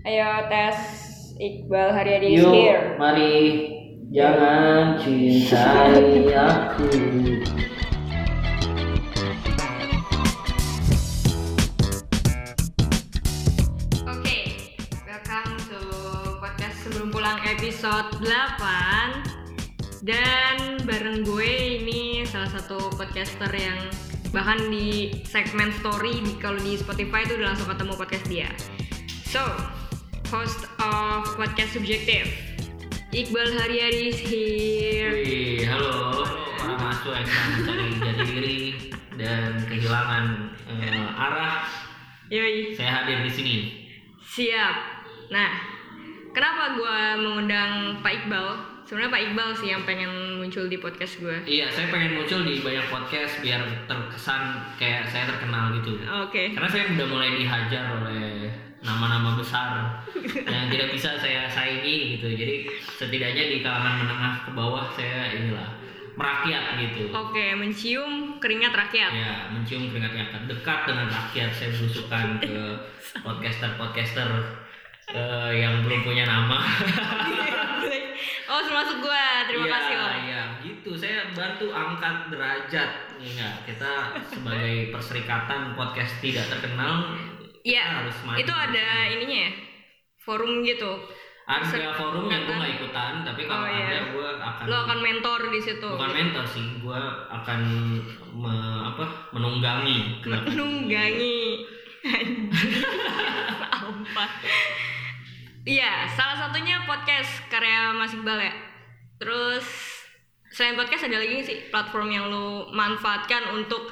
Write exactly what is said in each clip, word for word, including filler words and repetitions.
Ayo tes Iqbal Haryadi is Yuk, here. mari jangan cintai aku. Oke, welcome to podcast Sebelum Pulang episode delapan. Dan bareng gue ini salah satu podcaster yang bahkan di segmen story di kalau di Spotify itu udah langsung ketemu podcast dia. So, host of podcast Subjektif, Iqbal Haryadi is here. Wih, halo, para mahasiswa yang sedang mencari jati diri dan kehilangan eh, arah. Yoi. Saya hadir di sini. Siap. Nah, kenapa gue mengundang Pak Iqbal? Sebenarnya Pak Iqbal sih yang pengen muncul di podcast gue. Iya, saya pengen muncul di banyak podcast biar terkesan kayak saya terkenal gitu. Oke. Karena saya udah mulai dihajar oleh nama-nama besar yang tidak bisa saya saingi gitu. Jadi setidaknya di kalangan menengah ke bawah saya inilah merakyat gitu. Oke, mencium keringat rakyat. Ya, mencium keringat rakyat, dekat dengan rakyat. Saya berusukan ke podcaster-podcaster uh, yang belum punya nama. Oh, termasuk gue. Terima ya, kasih loh. Iya, gitu. Saya bantu angkat derajat. Enggak, kita sebagai perserikatan podcast tidak terkenal. Iya. Itu ada ininya ya. Forum gitu. Ada forum yang gue gak ikutan, tapi kalau oh, iya. ada gue akan. Lo akan mentor di situ. Bukan gitu. Mentor sih, gue akan me, apa? Menunggangi. Menunggangi. Apa? Iya, salah satunya podcast karya Mas Iqbal ya. Terus selain podcast ada lagi sih platform yang lo manfaatkan untuk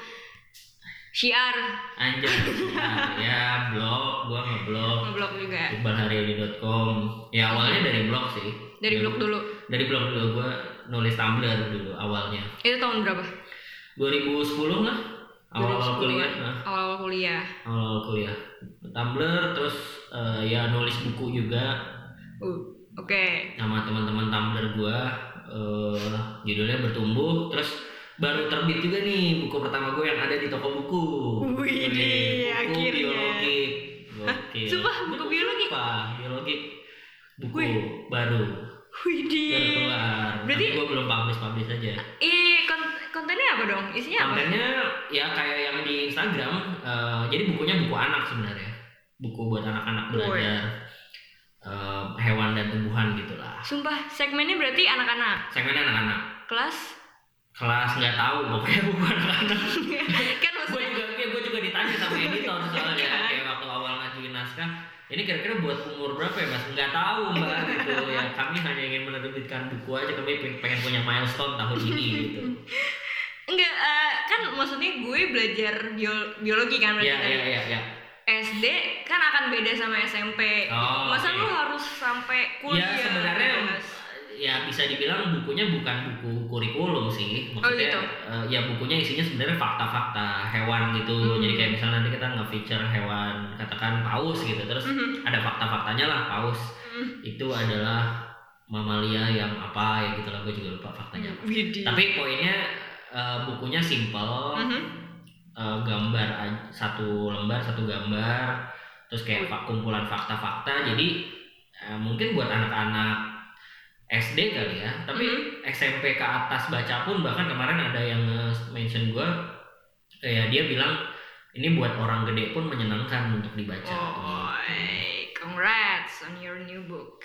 syiar. Anjay, nah, ya blog, gua ngeblog. Ngeblog juga. iqbal haryadi dot com. Ya awalnya dari blog sih. Dari ya, blog dulu. Dari blog dulu, gua nulis Tumblr dulu awalnya. Itu tahun berapa? dua ribu sepuluh lah. Awal-awal kuliah. Nah. Awal-awal kuliah. Awal-awal kuliah. Tumblr, terus uh, ya nulis buku juga. Uh, oke. Okay. Sama teman-teman Tumblr gua, uh, judulnya Bertumbuh. Terus baru terbit juga nih buku pertama gue yang ada di toko buku. Wih, buku akhirnya. Biologi. Gokil. Sumpah, buku biologi. Sumpah, biologi. Buku Wih. baru. Wih, baru keluar. Berarti gue belum publish-publish aja. Ih, kont- kontennya apa dong? Isinya apa? Kontennya ya kayak yang di Instagram. Uh, jadi bukunya buku anak sebenarnya. Buku buat anak-anak belajar uh, hewan dan tumbuhan gitulah. Sumpah, segmennya berarti anak-anak. Segmennya anak-anak. Kelas? Kelas nggak tahu, pokoknya buku anak-anak. Kan maksudnya gue juga, gue juga ditanya sama editor soalnya kayak waktu awal ngajuin naskah. Ini kira-kira buat umur berapa ya mas? Nggak tahu mbak gitu ya. Kami hanya ingin menerbitkan buku aja, kami pengen punya milestone tahun ini gitu. Enggak, uh, kan maksudnya gue belajar bio- biologi kan berarti ya, tadi. Iya iya iya. S D kan akan beda sama S M P. Oh, masa okay. lu harus sampai kuliah? Ya sebenarnya mas? ya bisa dibilang bukunya bukan buku kurikulum sih. Maksudnya oh, gitu? uh, ya bukunya isinya sebenarnya fakta-fakta hewan gitu. Hmm. Jadi kayak misalnya nanti kita nge-feature hewan, katakan paus gitu. Terus hmm. ada fakta-faktanya lah paus. Hmm. Itu adalah mamalia yang apa ya gitu lah, gue juga lupa faktanya. Widih. Tapi poinnya uh, bukunya simple. Hmm. Uh, gambar satu lembar satu gambar. Terus kayak oh. kumpulan fakta-fakta. Jadi uh, mungkin buat anak-anak S D kali ya, tapi mm-hmm. S M P ke atas baca pun, bahkan kemarin ada yang mention gue, kayak dia bilang ini buat orang gede pun menyenangkan untuk dibaca. Oh, gitu. Congrats on your new book.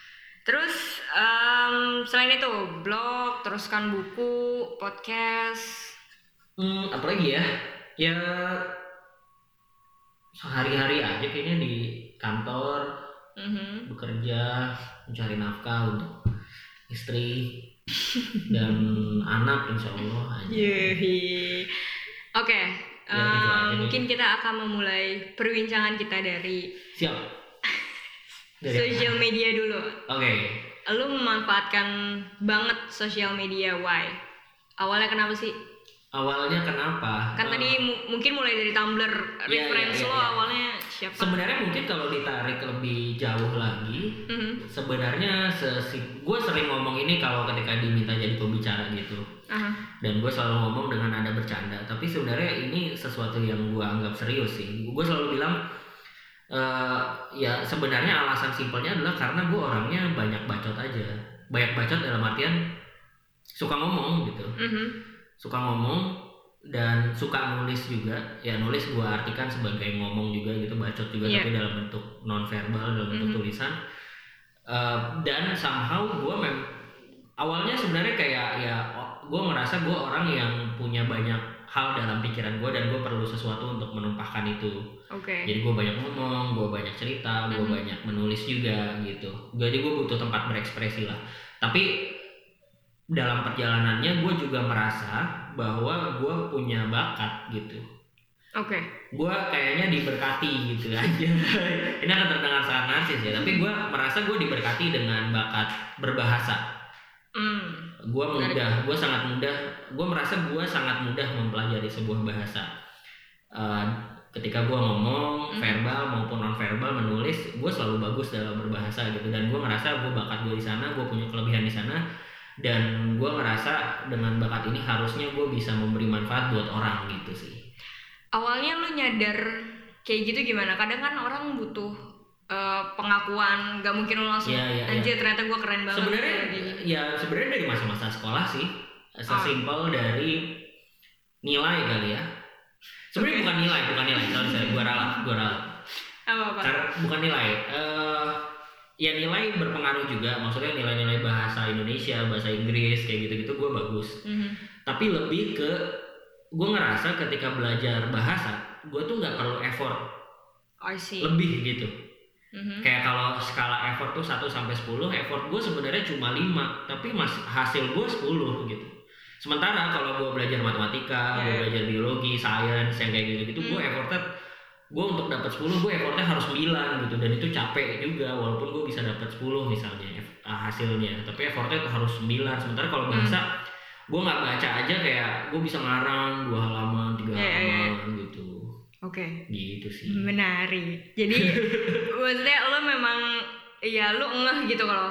Terus um, selain itu blog, teruskan buku, podcast. Hmm, apa lagi ya? Ya sehari-hari aja kayaknya di kantor, mm-hmm. bekerja, mencari nafkah untuk istri dan anak insya Allah aja. Oke, okay. ya, um, mungkin kita akan memulai perbincangan kita dari siap dari social media dulu. Oke. Okay. Lu memanfaatkan banget social media, why? Awalnya kenapa sih? Awalnya kenapa? Kan uh, tadi m- mungkin mulai dari Tumblr, ya, reference ya, ya, lo ya. awalnya siapa? Sebenarnya mungkin kalau ditarik lebih jauh lagi, mm-hmm. sebenarnya sesi- gue sering ngomong ini kalau ketika diminta jadi pembicara gitu, uh-huh. dan gue selalu ngomong dengan nada bercanda. Tapi sebenarnya ini sesuatu yang gue anggap serius sih. Gue selalu bilang Uh, ya sebenarnya alasan simpelnya adalah karena gue orangnya banyak bacot aja. Banyak bacot dalam artian suka ngomong gitu, mm-hmm. suka ngomong dan suka nulis juga. Ya nulis gue artikan sebagai ngomong juga gitu, bacot juga, yeah. tapi dalam bentuk non verbal, dalam bentuk mm-hmm. tulisan. Uh, dan somehow gue mem awalnya sebenarnya kayak ya gue merasa gue orang yang punya banyak hal dalam pikiran gue dan gue perlu sesuatu untuk menumpahkan itu. Okay. Jadi gue banyak ngomong, gue banyak cerita, gue mm-hmm. banyak menulis juga gitu. Jadi gue butuh tempat berekspresi lah. Tapi dalam perjalanannya gue juga merasa bahwa gue punya bakat gitu. Oke. Okay. Gue kayaknya diberkati gitu aja. Ini akan terdengar sangat narsis ya, tapi gue merasa gue diberkati dengan bakat berbahasa. Mm. Gue mudah, gue sangat mudah, gue merasa gue sangat mudah mempelajari sebuah bahasa. Uh, ketika gue ngomong mm. verbal maupun non verbal, menulis, gue selalu bagus dalam berbahasa gitu. Dan gue ngerasa gue bakat gue di sana, gue punya kelebihan di sana. Dan gue ngerasa dengan bakat ini harusnya gue bisa memberi manfaat buat orang gitu sih. Awalnya lu nyadar kayak gitu gimana? Kadang kan orang butuh Uh, pengakuan, gak mungkin lo langsung ya, ya, anjir ya. ternyata gue keren banget. Sebenarnya ya sebenarnya dari masa-masa sekolah sih, sesimpel oh. dari nilai kali ya. Sebenarnya okay. bukan nilai, bukan nilai, sorry sorry, gue ralat, gue ralat. Apa-apa? Karena bukan nilai, uh, ya nilai berpengaruh juga. Maksudnya nilai-nilai bahasa Indonesia, bahasa Inggris kayak gitu-gitu gue bagus. Mm-hmm. Tapi lebih ke gue ngerasa ketika belajar bahasa, gue tuh nggak perlu effort. I see. Lebih gitu. Mm-hmm. Kayak kalau skala effort tuh satu sampai sepuluh, effort gue sebenarnya cuma lima, tapi mas, hasil gue sepuluh gitu. Sementara kalau gue belajar matematika, yeah. gue belajar biologi, sains yang kayak gitu-gitu, mm. gue effortnya gue untuk dapat sepuluh, gue effortnya harus sembilan gitu, dan itu capek juga walaupun gue bisa dapat sepuluh misalnya hasilnya, tapi effortnya harus sembilan. Sementara kalau bahasa mm. gue nggak baca aja kayak gue bisa ngarang dua halaman, tiga yeah, halaman yeah. gitu. Oke. Okay. Gitu sih. Menarik. Jadi maksudnya lo memang ya lo ngeh gitu kalau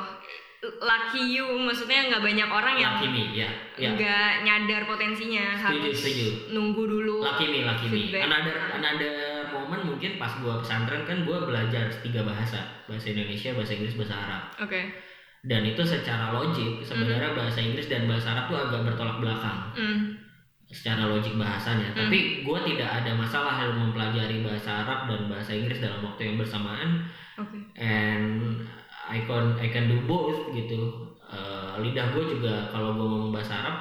lucky you, maksudnya nggak banyak orang yang lucky me, ya, ya. nggak nyadar potensinya, setuju, harus setuju. nunggu dulu. Lucky me, lucky me. Another another momen mungkin pas gua pesantren kan gua belajar tiga bahasa, bahasa Indonesia, bahasa Inggris, bahasa Arab. Oke. Okay. Dan itu secara logik sebenarnya mm. bahasa Inggris dan bahasa Arab tuh agak bertolak belakang. Mm. Secara logik bahasanya, hmm. tapi gue tidak ada masalah dalam mempelajari bahasa Arab dan bahasa Inggris dalam waktu yang bersamaan, okay. and I can I can do both gitu. Uh, lidah gue juga kalau gue ngomong bahasa Arab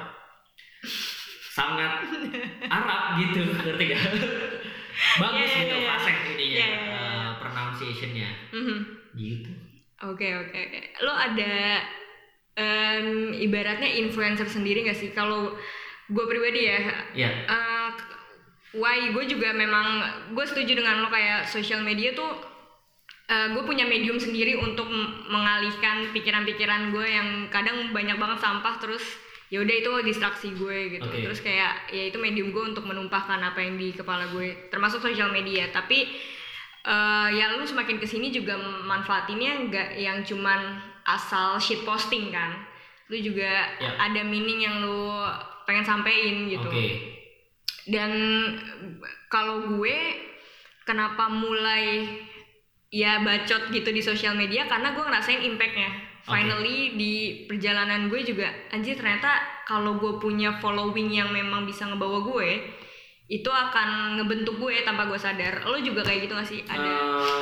sangat Arab gitu, ngerti gak? Bagus yeah, gitu, yeah, fasih yeah. ininya, yeah, yeah, yeah. Uh, pronunciation-nya, mm-hmm. gitu. Oke oke oke. Lo ada um, ibaratnya influencer sendiri nggak sih? Kalau gue pribadi ya, yeah. uh, why gue juga memang gue setuju dengan lo kayak sosial media tuh, uh, gue punya medium sendiri untuk mengalihkan pikiran-pikiran gue yang kadang banyak banget sampah, terus ya udah itu distraksi gue gitu. Okay. Terus kayak ya itu medium gue untuk menumpahkan apa yang di kepala gue, termasuk sosial media. Tapi uh, ya lu semakin kesini juga manfaatinnya nggak yang cuman asal shit posting kan, lu juga yeah. ada meaning yang lu pengen sampein gitu. Okay. Dan kalau gue kenapa mulai ya bacot gitu di sosial media, karena gue ngerasain impactnya. Finally okay. di perjalanan gue juga anjir ternyata kalau gue punya following yang memang bisa ngebawa gue, itu akan ngebentuk gue tanpa gue sadar. Lo juga kayak gitu gak sih? Ada uh,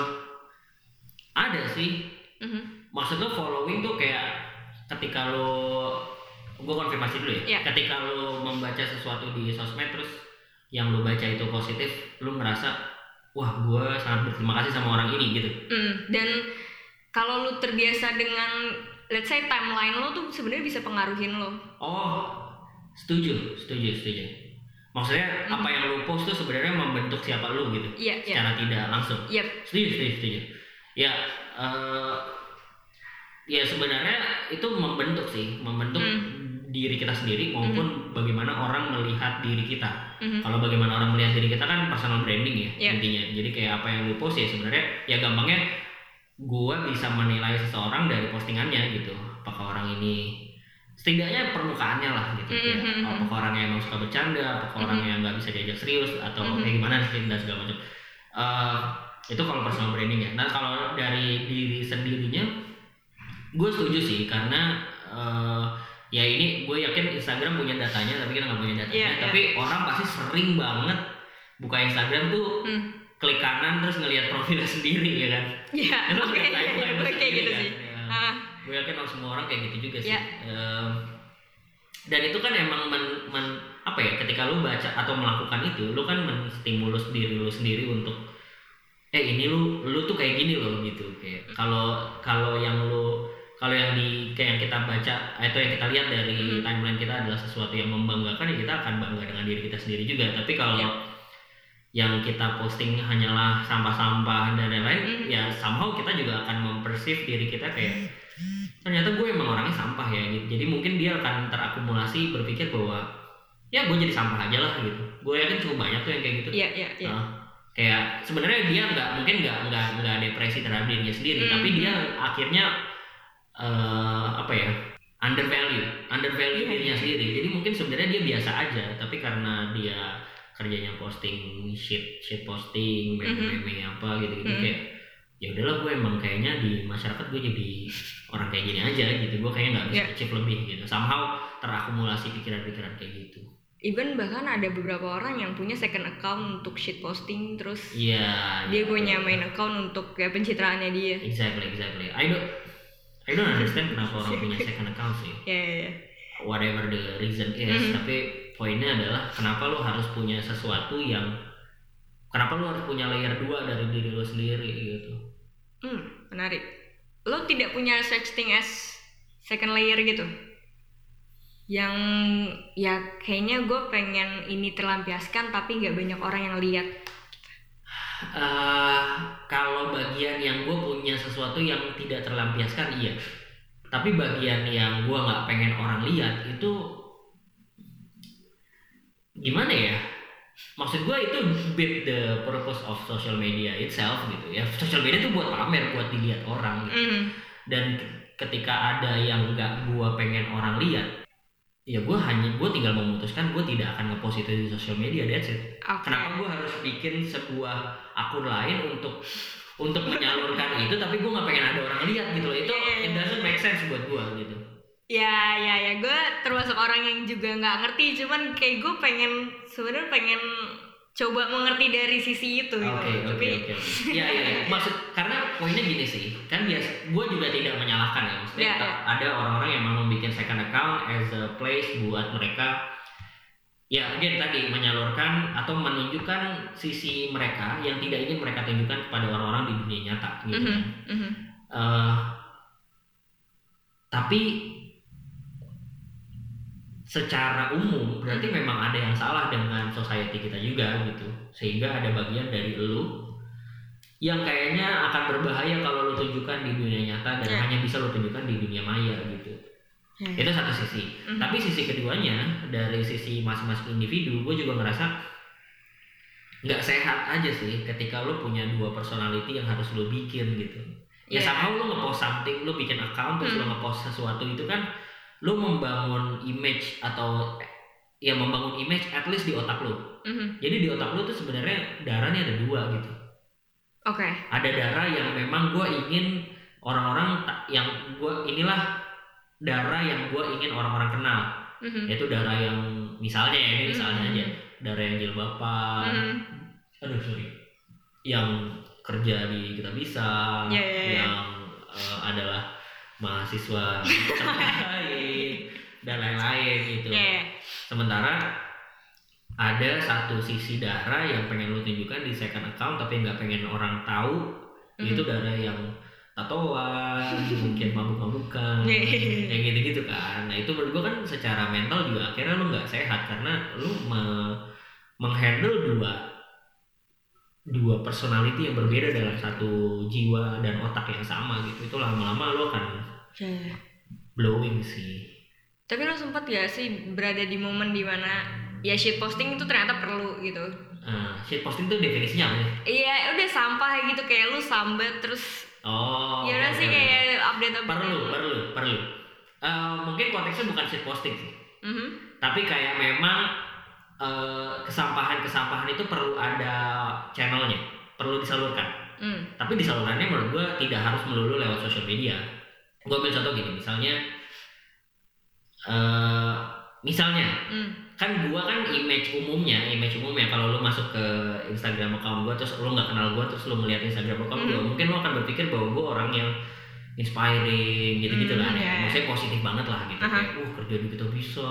ada sih. Uh-huh. Maksud lo following tuh kayak ketika lo, gue konfirmasi dulu ya, yeah. ketika lo membaca sesuatu di sosmed terus yang lo baca itu positif, lo ngerasa wah gue sangat berterima kasih sama orang ini gitu. Mm, dan kalau lo terbiasa dengan let's say timeline lo tuh sebenarnya bisa pengaruhin lo. Oh, setuju, setuju, setuju. Maksudnya mm-hmm. apa yang lo post tuh sebenarnya membentuk siapa lo gitu, yeah, secara yeah. tidak langsung. Yep. Setuju, setuju, setuju. Ya, uh, ya sebenarnya itu membentuk sih, membentuk mm. diri kita sendiri maupun mm-hmm. bagaimana orang melihat diri kita. Mm-hmm. Kalau bagaimana orang melihat diri kita kan personal branding ya, yeah. intinya. Jadi kayak apa yang lu post ya sebenarnya ya gampangnya gua bisa menilai seseorang dari postingannya gitu. Apakah orang ini setidaknya permukaannya lah gitu mm-hmm. ya. Apakah orang yang emang suka bercanda, apakah mm-hmm. orang yang nggak bisa diajak serius atau mm-hmm. kayak gimana sih dan segala macam. Uh, Itu kalau personal branding ya. Nah kalau dari diri sendirinya, gue setuju sih karena uh, ya ini gue yakin Instagram punya datanya, tapi kita nggak punya datanya. Yeah, tapi yeah. orang pasti sering banget buka Instagram tuh hmm. klik kanan terus ngelihat profilnya sendiri ya kan. Iya. Yeah, itu okay, kayak yeah, yeah, kayak gitu kan? Sih. Ya, uh. Gue yakin semua orang kayak gitu juga sih. Yeah. Uh, dan itu kan emang men, men apa ya, ketika lu baca atau melakukan itu, lu kan menstimulus diri lu sendiri untuk eh ini lu lu tuh kayak gini loh gitu. Kayak kalau kalau yang lu kalau yang di kayak yang kita baca atau yang kita lihat dari hmm. timeline kita adalah sesuatu yang membanggakan, ya kita akan bangga dengan diri kita sendiri juga. Tapi kalau yeah. yang kita posting hanyalah sampah-sampah dan lain-lain, hmm. ya somehow kita juga akan mempersif diri kita kayak ternyata gue emang orangnya sampah ya gitu. Jadi mungkin dia akan terakumulasi berpikir bahwa ya gue jadi sampah aja lah gitu. Gue yakin cukup banyak tuh yang kayak gitu. Iya, iya, iya. Kayak sebenarnya dia nggak mungkin nggak nggak nggak depresi terhadap dirinya sendiri, mm-hmm. tapi dia akhirnya uh, apa ya undervalue undervalue yeah. dirinya sendiri. Jadi mungkin sebenarnya dia biasa aja, tapi karena dia kerjanya posting shit shit posting meme-meme mm-hmm. apa gitu-gitu mm-hmm. kayak ya udahlah gue emang kayaknya di masyarakat gue jadi orang kayak gini aja gitu. Gue kayaknya nggak bisa yeah. achieve lebih gitu. Somehow terakumulasi pikiran-pikiran kayak gitu. Even bahkan ada beberapa orang yang punya second account untuk shit posting, terus yeah, dia yeah, punya yeah. main account untuk kayak pencitraannya dia. Exactly, exactly. I don't, I don't understand kenapa orang punya second account sih. Yeah, yeah, yeah. Whatever the reason is, mm-hmm. tapi poinnya adalah kenapa lo harus punya sesuatu yang, kenapa lo harus punya layer dua dari diri lo sendiri gitu. Hmm, menarik. Lo tidak punya such thing as second layer gitu? Yang ya kayaknya gue pengen ini terlampiaskan tapi nggak banyak orang yang lihat. Uh, kalau bagian yang gue punya sesuatu yang tidak terlampiaskan iya, tapi bagian yang gue nggak pengen orang lihat itu gimana ya? Maksud gue itu beat the purpose of social media itself gitu ya. Social media itu buat pamer, buat dilihat orang gitu. Mm. Dan ketika ada yang nggak gue pengen orang lihat, ya gue hanya gue tinggal memutuskan gue tidak akan ngepost itu di sosial media, that's it. Okay. Kenapa gue harus bikin sebuah akun lain untuk untuk menyalurkan itu, tapi gue nggak pengen ada orang lihat gitu loh. Itu yeah, yeah, yeah. It doesn't make sense buat gue gitu. Ya ya ya gue termasuk orang yang juga nggak ngerti, cuman kayak gue pengen sebenarnya pengen coba mengerti dari sisi itu gitu. Oke oke oke. Iya iya. Maksud karena poinnya gini sih, kan biasa gue juga tidak menyalahkan ya, maksudnya yeah, yeah. ada orang-orang yang mau bikin second account as a place buat mereka ya again tadi menyalurkan atau menunjukkan sisi mereka yang tidak ingin mereka tunjukkan kepada orang-orang di dunia nyata gitu kan. Mm-hmm. Mm-hmm. Uh, tapi secara umum berarti memang ada yang salah dengan society kita juga gitu, sehingga ada bagian dari lu yang kayaknya akan berbahaya kalau lu tunjukkan di dunia nyata dan yeah. hanya bisa lu tunjukkan di dunia maya gitu. Yeah. Itu satu sisi. Mm-hmm. Tapi sisi keduanya dari sisi masing-masing individu, gue juga ngerasa nggak sehat aja sih ketika lu punya dua personality yang harus lu bikin gitu. Ya yeah. sama lu ngepost something, lu bikin account terus mm-hmm. lu ngepost sesuatu itu kan lu membangun image atau ya membangun image at least di otak lu. Mm-hmm. Jadi di otak lu tuh sebenarnya darahnya ada dua gitu. Oke. Okay. Ada darah yang memang gue ingin orang-orang yang gue inilah darah yang gue ingin orang-orang kenal. Mm-hmm. Yaitu darah yang misalnya ya ini misalnya mm-hmm. aja darah yang jilbaban. Mm-hmm. Aduh sorry. Yang kerja di Kita Bisa, yeah, yeah, yeah. yang uh, adalah mahasiswa terbaik dan lain-lain gitu. Yeah. Sementara ada satu sisi darah yang pengen lu tunjukkan di second account tapi nggak pengen orang tahu, mm-hmm. itu darah yang tatoan, mungkin mabuk-mabukan, yeah. kayak gitu-gitu kan. Nah itu menurut gua kan secara mental juga akhirnya lu nggak sehat karena lu me- menghandle dua dua personality yang berbeda dalam satu jiwa dan otak yang sama gitu. Itu lama-lama lu akan yeah. blowing sih. Tapi lo sempat gak sih berada di momen dimana ya shit posting itu ternyata perlu gitu? Uh, shit posting itu definisinya apa sih? Iya udah sampah gitu, kayak lu sambat terus. Oh. Ya udah okay, sih okay. kayak update update. Perlu perlu perlu. Uh, mungkin konteksnya bukan shit posting sih. Mm-hmm. Tapi kayak memang uh, kesampahan-kesampahan itu perlu ada channelnya, perlu disalurkan. mm. Tapi di salurannya menurut gue tidak harus melulu lewat sosial media. Gue ambil contoh gini, misalnya uh, misalnya mm. kan gue kan image umumnya image umumnya kalau lu masuk ke Instagram account gue terus lu nggak kenal gue terus lu melihat Instagram account mm. gue, mungkin lu akan berpikir bahwa gue orang yang inspiring gitu-gitu kan, mm, yeah. maksudnya positif banget lah gitu, uh-huh. kayak, uh kerja di kita bisa,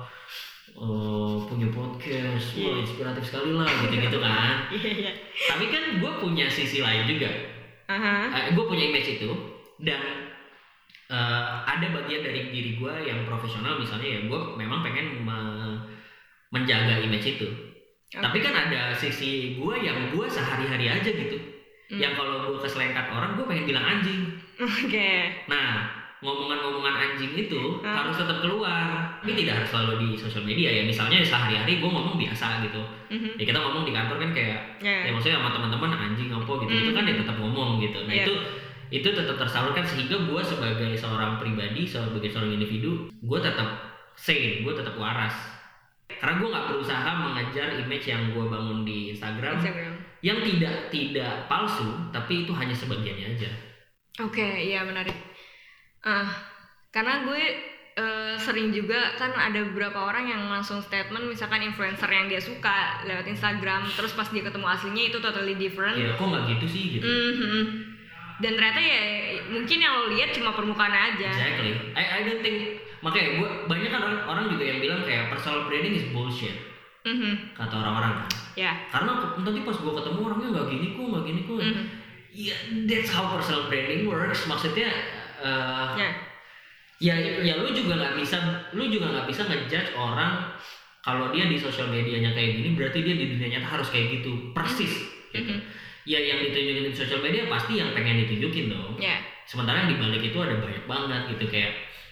uh, punya podcast, yeah. wah inspiratif sekali lah gitu-gitu kan. yeah, yeah. Tapi kan gue punya sisi lain juga, uh-huh. uh, gue punya image itu dan uh, ada bagian dari diri gue yang profesional misalnya ya, gue memang pengen me- menjaga image itu. Okay. Tapi kan ada sisi gue yang gue sehari-hari aja gitu, mm. yang kalau gue keselengkat orang gue pengen bilang anjing. Oke. Okay. Nah, ngomongan-ngomongan anjing itu hmm. harus tetap keluar. Tapi tidak harus selalu di sosial media ya. Misalnya sehari-hari gue ngomong biasa gitu. Mm-hmm. Ya kita ngomong di kantor kan kayak yeah. ya maksudnya sama teman-teman anjing apa gitu. Mm-hmm. Itu kan ya tetap ngomong gitu. Nah, yeah. itu itu tetap tersalurkan sehingga gue sebagai seorang pribadi, sebagai seorang individu, gue tetap sane, gue tetap waras. Karena gue nggak berusaha mengejar image yang gue bangun di Instagram, Instagram. yang tidak tidak palsu, tapi itu hanya sebagiannya aja. Oke, okay, iya menarik. Uh, karena gue uh, sering juga kan ada beberapa orang yang langsung statement, misalkan influencer yang dia suka lewat Instagram, terus pas dia ketemu aslinya itu totally different. Iya, kok nggak gitu sih gitu. Mm-hmm. Dan ternyata ya mungkin yang lo lihat cuma permukaan aja. Exactly. I I don't think, makanya gue banyak kan orang, orang juga yang bilang kayak personal branding is bullshit. Mm-hmm. Kata orang-orang kan. Ya. Yeah. Karena nanti pas gue ketemu orangnya nggak gini kok, nggak gini kok. Mm-hmm. Ya, yeah, that's how personal branding works. Maksudnya, uh, yeah. ya, ya lu juga nggak bisa, lu juga nggak bisa ngejudge orang kalau dia di sosial medianya kayak gini, berarti dia di dunia nyata harus kayak gitu, persis. Mm-hmm. Gitu. Ya, yang ditunjukin di sosial media pasti yang pengen ditunjukin dong. Yeah. Sementara yang dibalik itu ada banyak banget gitu kayak,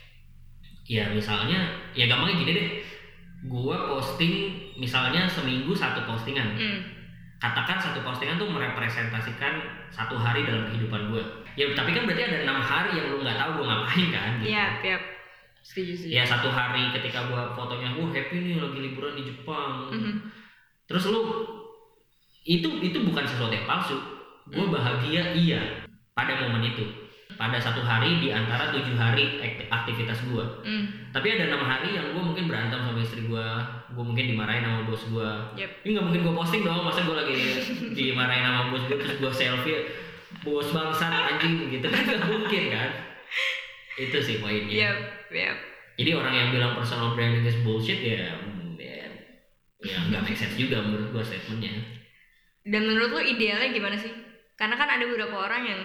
ya misalnya, ya gampangnya gini deh, gua posting misalnya seminggu satu postingan. Mm. Katakan satu postingan tuh merepresentasikan satu hari dalam kehidupan gue. Ya tapi kan berarti ada enam hari yang lu nggak tahu gue ngapain kan? Gitu. Iya, yep, setuju sih. Ya satu hari ketika gue fotonya, wah happy nih lagi liburan di Jepang. Mm-hmm. Terus lu itu itu bukan sesuatu yang palsu. Gue bahagia iya pada momen itu. Pada satu hari di antara tujuh hari aktivitas gue. Mm. Tapi ada enam hari yang gue mungkin berantem sama istri gue, gue mungkin dimarahin sama bos gue. Yep. Ini nggak mungkin gue posting dong, masa gue lagi dimarahin sama bos gue terus gue selfie, bos bangsat anjing gitu kan nggak mungkin kan? Itu sih poinnya. Yep, yep. Jadi orang yang bilang personal branding is bullshit ya, ya, ya nggak make sense juga menurut gue statementnya. Dan menurut lo idealnya gimana sih? Karena kan ada beberapa orang yang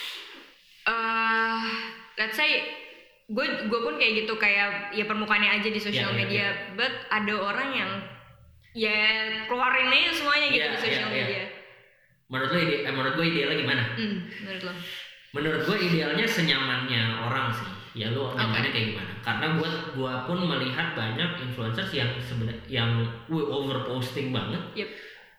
Uh, let's say gue gue pun kayak gitu, kayak ya permukaannya aja di sosial yeah, media, yeah, yeah. but ada orang yang ya keluarin aja semuanya gitu yeah, di sosial yeah, media. Yeah. Menurut lo ide, eh, menurut gue idealnya gimana? Mm, menurut lo? Menurut gue idealnya senyamannya orang sih. Ya lo nyamannya okay. kayak gimana? Karena gue gue pun melihat banyak influencers yang sebenarnya yang we overposting banget. Yep.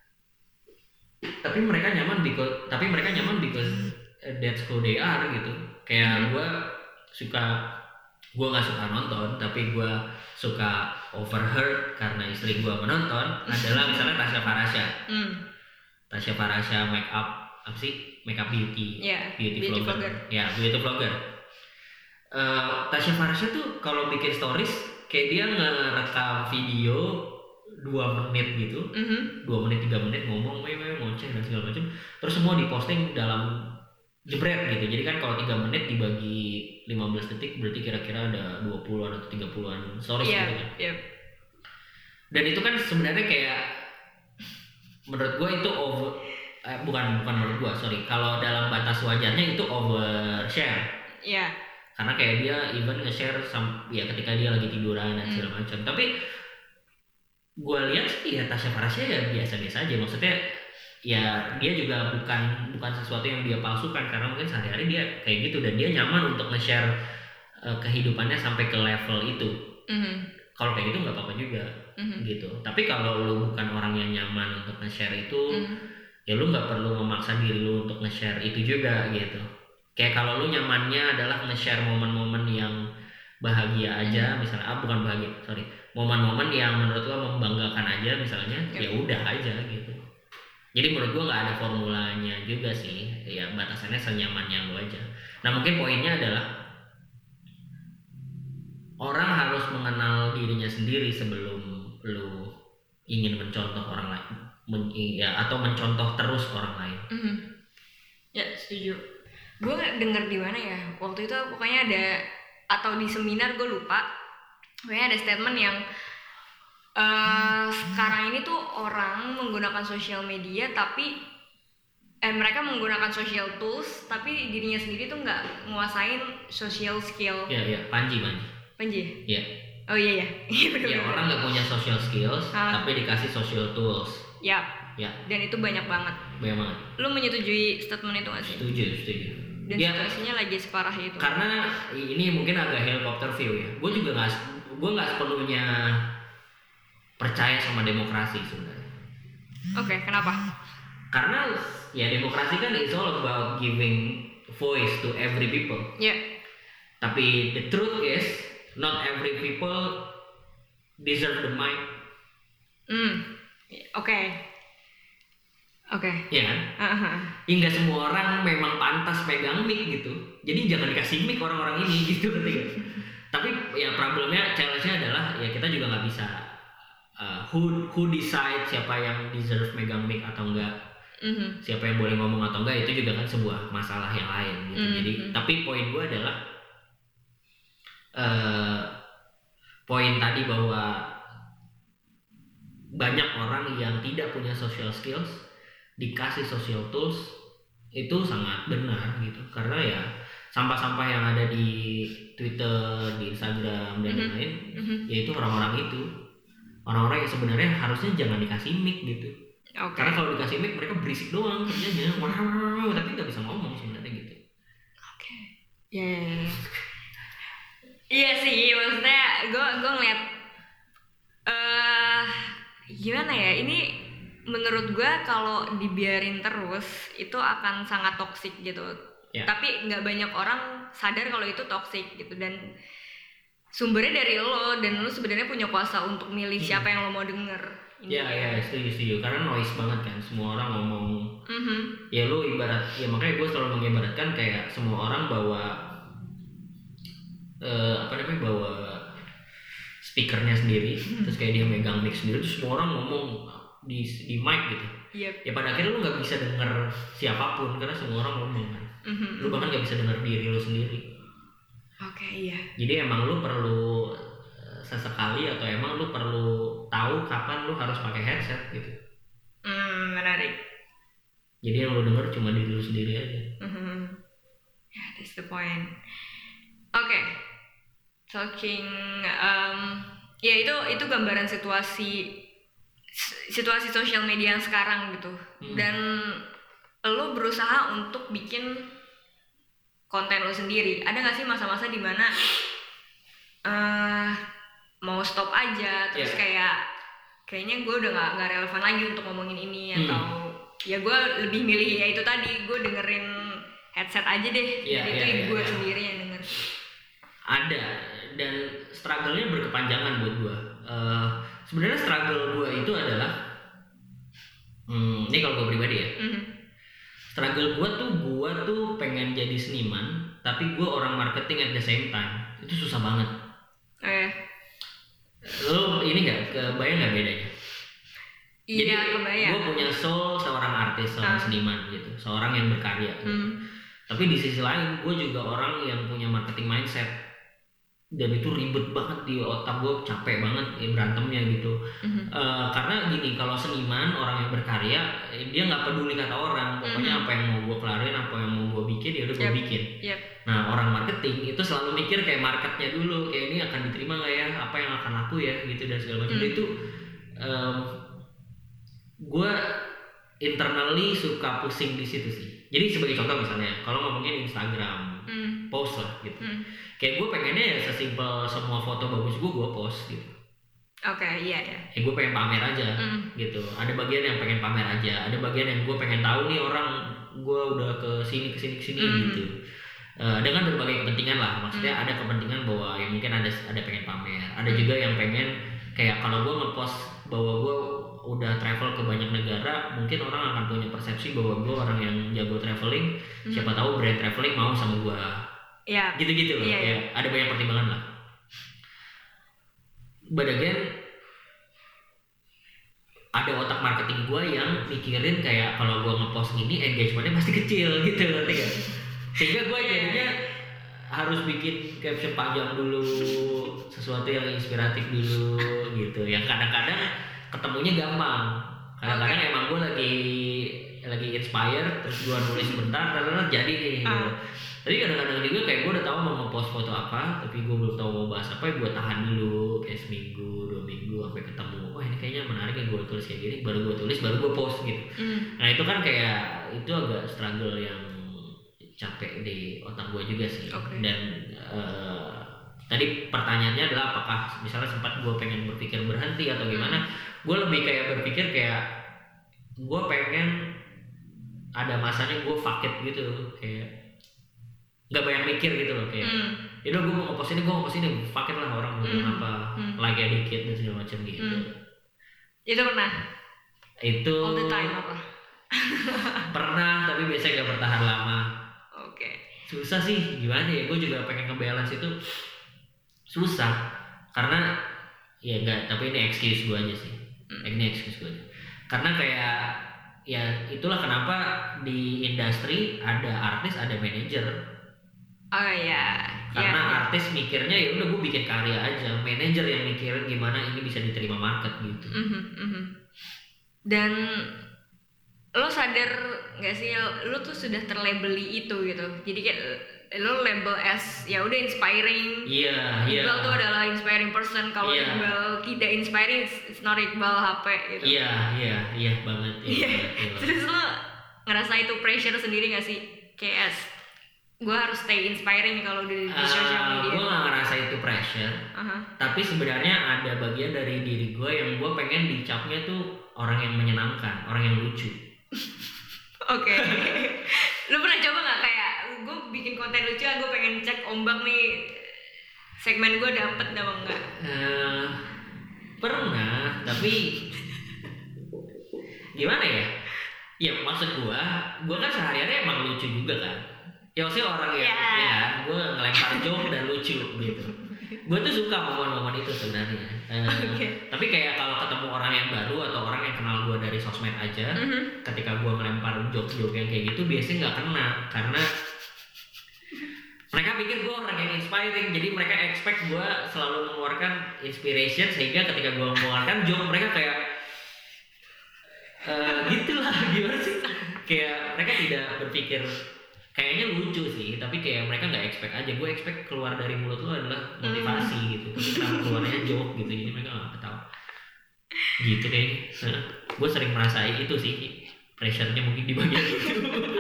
Tapi mereka nyaman because tapi mereka nyaman because that's who they are gitu. Kayak mm-hmm. gue suka, gue nggak suka nonton, tapi gue suka overheard karena istri gue menonton. Adalah misalnya Tasya Farasya. Mm. Tasya Farasya make up apa sih? Make up beauty, yeah, beauty, beauty vlogger. vlogger. Ya, beauty vlogger. Uh, Tasya Farasya tuh kalau bikin stories kayak dia ngerekam video dua menit gitu, mm-hmm. dua menit tiga menit ngomong, meme, ngoceh dan segala macam. Terus semua diposting dalam jebret gitu. Jadi kan kalau tiga menit dibagi lima belas detik berarti kira-kira ada dua puluhan atau tiga puluhan stories yeah, gitu kan. Yeah. Dan itu kan sebenarnya kayak menurut gue itu over eh, bukan bukan menurut gue, sorry. Kalau dalam batas wajarnya itu overshare. Iya. Yeah. Karena kayak dia even nge-share sam- ya ketika dia lagi tiduran dan segala mm. macam. Tapi gue lihat sih ya Tasya Farasya ya biasa-biasa aja. Maksudnya ya dia juga bukan bukan sesuatu yang dia palsukan karena mungkin sehari-hari dia kayak gitu dan dia nyaman untuk nge-share uh, kehidupannya sampai ke level itu. Mm-hmm. Kalau kayak gitu nggak apa-apa juga, mm-hmm. gitu. Tapi kalau lu bukan orang yang nyaman untuk nge-share itu, mm-hmm. ya lu nggak perlu memaksa diri lu untuk nge-share itu juga gitu. Kayak kalau lu nyamannya adalah nge-share momen-momen yang bahagia aja, mm-hmm. misalnya, ah bukan bahagia, sorry, momen-momen yang menurut lu membanggakan aja misalnya, yep. ya udah aja gitu. Jadi menurut gue nggak ada formulanya juga sih, ya batasannya senyamannya lo aja. Nah mungkin poinnya adalah orang harus mengenal dirinya sendiri sebelum lo ingin mencontoh orang lain, men, ya, atau mencontoh terus orang lain. Mm-hmm. Ya setuju. Gue denger di mana ya waktu itu, pokoknya ada, atau di seminar gue lupa, pokoknya ada statement yang uh, sekarang ini tuh orang menggunakan sosial media tapi eh, mereka menggunakan social tools tapi dirinya sendiri tuh nggak nguasain social skill. Iya iya, Panji Panji. Panji. Iya. Oh iya ya. Ya orang nggak punya social skills uh. tapi dikasih social tools. Yap. Ya. Dan itu banyak banget. Banyak banget. Lu menyetujui statement itu nggak sih? Setuju, setuju. Dan ya, situasinya lagi separah itu. Karena ini mungkin agak helikopter view ya. Gue juga nggak, gue nggak sepenuhnya percaya sama demokrasi sebenarnya. Oke, okay, kenapa? Karena ya demokrasi kan it's all about giving voice to every people. Ya. Yeah. Tapi the truth is not every people deserve the mic. Hmm. Oke. Okay. Oke. Okay. Iya kan? Uh-huh. Hingga semua orang memang pantas pegang mic gitu. Jadi jangan dikasih mic orang-orang ini gitu ketika. Tapi ya problemnya, challenge-nya adalah ya kita juga nggak bisa uh, who who decide siapa yang deserve megang mic atau enggak. Uh-huh. Siapa yang boleh ngomong atau enggak, itu juga kan sebuah masalah yang lain gitu. Uh-huh. Jadi tapi poin gue adalah uh, poin tadi bahwa banyak orang yang tidak punya social skills dikasih social tools itu sangat benar gitu, karena ya sampah-sampah yang ada di Twitter, di Instagram dan mm-hmm. lain-lain, mm-hmm. yaitu orang-orang itu orang-orang yang sebenarnya harusnya jangan dikasih mic gitu. Okay. Karena kalau dikasih mic mereka berisik doang kerjanya, wow, tapi nggak bisa ngomong sebenarnya gitu. Oke. Okay. Ya. Yeah. Iya sih, maksudnya gue gue ngeliat uh, gimana ya, ini menurut gue kalau dibiarin terus itu akan sangat toksik gitu. Yeah. Tapi nggak banyak orang sadar kalau itu toksik gitu, dan sumbernya dari lo, dan lo sebenarnya punya kuasa untuk milih hmm. siapa yang lo mau denger. Iya iya, setuju setuju, karena noise banget kan, semua orang ngomong. Mm-hmm. Ya lo ibarat, ya makanya gue selalu mengibaratkan kayak semua orang bawa uh, apa namanya bawa speakernya sendiri, mm-hmm. terus kayak dia megang mic sendiri, terus semua orang ngomong di di mic gitu. Yep. Ya pada akhirnya lu nggak bisa denger siapapun karena semua orang ngomong kan. Mm-hmm. Lu bahkan nggak bisa denger diri lu sendiri. Oke, okay, iya. Jadi emang lu perlu sesekali atau emang lu perlu tahu kapan lu harus pakai headset gitu. Hmm, menarik. Jadi yang lu denger cuma diri lu sendiri aja. Mm-hmm. Yeah, that's the point. Oke. Okay. Talking um ya itu itu gambaran situasi situasi sosial media yang sekarang gitu. Hmm. Dan lo berusaha untuk bikin konten lo sendiri. Ada nggak sih masa-masa dimana uh, mau stop aja terus yeah. kayak kayaknya gue udah nggak nggak relevan lagi untuk ngomongin ini, hmm. atau ya gue lebih milih ya itu tadi, gue dengerin headset aja deh. Yeah, jadi yeah, itu yeah, gue yeah. sendiri yang denger. Ada, dan struggle-nya berkepanjangan buat gue. Uh, Sebenarnya struggle gue itu adalah, hmm, ini kalau gue pribadi ya, mm-hmm. struggle gue tuh gue tuh pengen jadi seniman, tapi gue orang marketing at the same time, itu susah banget. Eh. Lo ini nggak kebayang nggak bedanya? Iya, jadi kebayang. Gue punya soul seorang artis, seorang uh. seniman gitu, seorang yang berkarya. Gitu. Mm. Tapi di sisi lain gue juga orang yang punya marketing mindset. Dan itu ribet banget di otak gue, capek banget ya berantemnya gitu. Mm-hmm. Uh, karena gini, kalau seniman, orang yang berkarya, dia nggak peduli kata orang, pokoknya mm-hmm. apa yang mau gue kelarin, apa yang mau gue bikin, ya udah gue yep. bikin. Yep. Nah orang marketing itu selalu mikir kayak marketnya dulu, kayak ini akan diterima nggak ya, apa yang akan laku ya, gitu dan segala macam. Mm-hmm. Itu um, gue internally suka pusing di situ sih. Jadi sebagai contoh misalnya, kalau ngomongin Instagram, mm. post lah gitu. Mm. Kayak gue pengennya ya sesimpel semua foto bagus gue gue post gitu. Oke, okay, iya ya. Ya gue pengen pamer aja mm. gitu. Ada bagian yang pengen pamer aja, ada bagian yang gue pengen tahu nih orang gue udah ke sini ke sini ke sini mm. gitu. Uh, dengan berbagai kepentingan lah. Maksudnya mm. ada kepentingan bahwa yang mungkin ada ada pengen pamer, ada mm. juga yang pengen kayak kalau gue ngepost bahwa gue udah travel ke banyak negara, mungkin orang akan punya persepsi bahwa gue orang yang jago traveling. Hmm. Siapa tahu brand traveling mau sama gue. Ya. Gitu-gitu loh. Ya, ya. Ya, ada banyak pertimbangan lah. But again, ada otak marketing gue yang mikirin kayak kalau gue ngepost gini engagementnya pasti kecil gitu, ngerti gak? Sehingga gue jadinya harus bikin caption panjang dulu, sesuatu yang inspiratif dulu gitu. Yang kadang-kadang ketemunya gampang. Kadang-kadang okay. emang gue lagi lagi inspire, terus gue nulis bentar, terus jadi nih. Gitu. Uh. Tapi kadang-kadang juga kayak gue udah tahu mau ngepost foto apa, tapi gue belum tahu mau bahas apa, gue tahan dulu kayak seminggu, dua minggu sampai ketemu. Wah ini kayaknya menarik yang gue tulis kayak gini, baru gue tulis, baru gue post gitu. Mm. Nah itu kan kayak itu agak struggle yang capek di otak gue juga sih. Okay. Dan uh, tadi pertanyaannya adalah apakah misalnya sempat gue pengen berpikir berhenti atau gimana? Hmm. Gue lebih kayak berpikir kayak gue pengen ada masanya gue fuck it gitu, kayak nggak banyak mikir gitu loh, kayak hmm. yaudah gue mau ngepost ini, gue mau ngepost ini, fuck it lah orang mau hmm. apa, hmm. like dikit dan segala macam gitu. Hmm. Itu pernah? Itu all the time apa? Pernah, tapi biasanya nggak bertahan lama. Okay. Susah sih, gimana ya, gue juga pengen ngebalance itu susah karena ya enggak, tapi ini excuse gue aja sih. mm. ini excuse gue aja karena kayak ya itulah kenapa di industri ada artis, ada manajer. Oh ya, karena ya, artis mikirnya ya udah gue bikin karya aja, manajer yang mikirin gimana ini bisa diterima market gitu. mm-hmm, mm-hmm. Dan lo sadar nggak sih lo tuh sudah terlabeli itu gitu, jadi kayak lo label as ya udah inspiring. Iya. Yeah, Iqbal yeah. tuh adalah inspiring person. Kalau yeah. Iqbal tidak inspiring, it's not Iqbal H P gitu. Iya yeah, iya yeah, iya yeah, banget. Iya. Yeah. Yeah. Terus lo ngerasa itu pressure sendiri nggak sih? Kayak gue harus stay inspiring kalau di, di uh, social media. Gue nggak ngerasa itu pressure. Uh-huh. Tapi sebenarnya ada bagian dari diri gue yang gue pengen dicapnya tuh orang yang menyenangkan, orang yang lucu. Oke. Okay. Lu pernah coba nggak kayak gue bikin konten lucu, gue pengen cek ombak nih segmen gue dapet apa enggak? Uh, pernah, tapi gimana ya? Ya maksud gue, gue kan sehari-hari emang lucu juga kan. Ya maksudnya orang yang yeah. ya gue ngelempar joke dan lucu gitu. Gue tuh suka momen-momen itu sebenarnya. Uh, okay. Tapi kayak kalau ketemu orang yang baru atau orang yang kenal gue dari sosmed aja, mm-hmm. ketika gue ngelempar joke-joke yang kayak gitu biasanya nggak kena karena mereka pikir gue orang yang inspiring, jadi mereka expect gue selalu mengeluarkan inspiration, sehingga ketika gue mengeluarkan joke mereka kayak uh, gitulah gimana sih? Kayak mereka tidak berpikir kayaknya lucu sih, tapi kayak mereka nggak expect aja. Gue expect keluar dari mulut lo adalah motivasi mm. gitu, tapi kenapa keluarnya joke gitu, jadi mereka nggak ketawa. Gitu kayaknya. Nah, gue sering merasain itu sih, pressure-nya mungkin di bagian itu.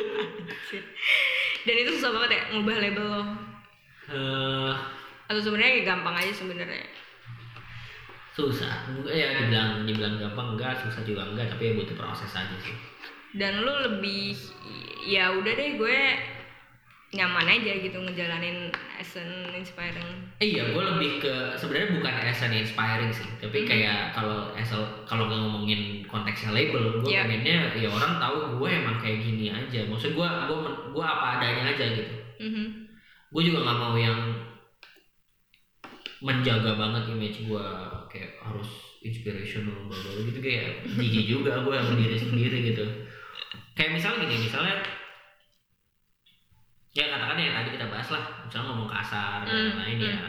Dan itu susah banget ya ngubah label lo. Uh, Atau sebenarnya gampang aja sebenarnya? Susah, ya dibilang dibilang gampang enggak, susah juga enggak, tapi ya butuh proses aja sih. Dan lu lebih ya udah deh gue nyaman aja gitu ngejalanin as an inspiring. Iya, gue lebih ke sebenarnya bukan as an inspiring sih, tapi mm-hmm. kayak kalau asal kalau nggak ngomongin konteksnya label, gue yeah. pengennya ya orang tahu gue emang kayak gini aja. Maksud gue gue gue apa adanya aja gitu. Mm-hmm. Gue juga nggak mau yang menjaga banget image gue kayak harus inspirational baru gitu, kayak jijik juga gue sama diri sendiri gitu. Kayak misalnya gini, misalnya ya katakan yang tadi kita bahas lah, misalnya ngomong kasar dan mm, lain-lain mm. ya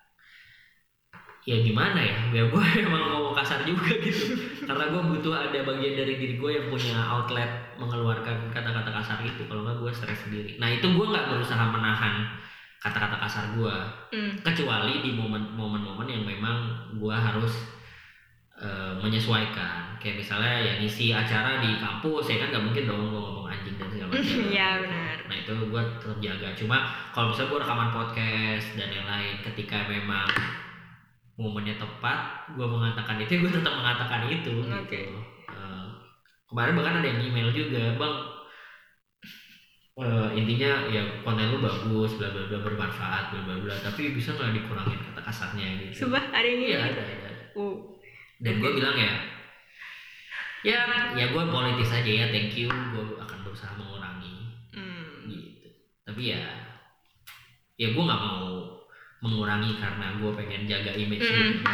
ya gimana ya, ya gue emang ngomong kasar juga gitu karena gue butuh ada bagian dari diri gue yang punya outlet mengeluarkan kata-kata kasar itu, kalau nggak gue stres sendiri. Nah itu gue nggak berusaha menahan kata-kata kasar gue, mm. kecuali di momen-momen yang memang gue harus uh, menyesuaikan. Kayak misalnya ya ngisi acara di kampus, ya kan nggak mungkin dong gue ngomong anjing dan segala macam. Iya benar. Nah itu gue tetap jaga. Cuma kalau misalnya gue rekaman podcast dan yang lain, ketika memang momennya tepat, gue mengatakan itu, gue tetap mengatakan itu. Okay. Gitu. Uh, kemarin bahkan ada yang email juga, bang. Uh, intinya ya konten lu bagus, bla bla bla, bermanfaat, bla bla bla. Tapi bisa nggak dikurangin kata kasarnya gitu? Sumpah ada yang iya ada ada. Uh. Dan gue bilang ya, Ya, ya gue politis aja ya, thank you, gue akan berusaha mengurangi. Hmm. Gitu. Tapi ya, ya gue nggak mau mengurangi karena gue pengen jaga image hmm. gitu.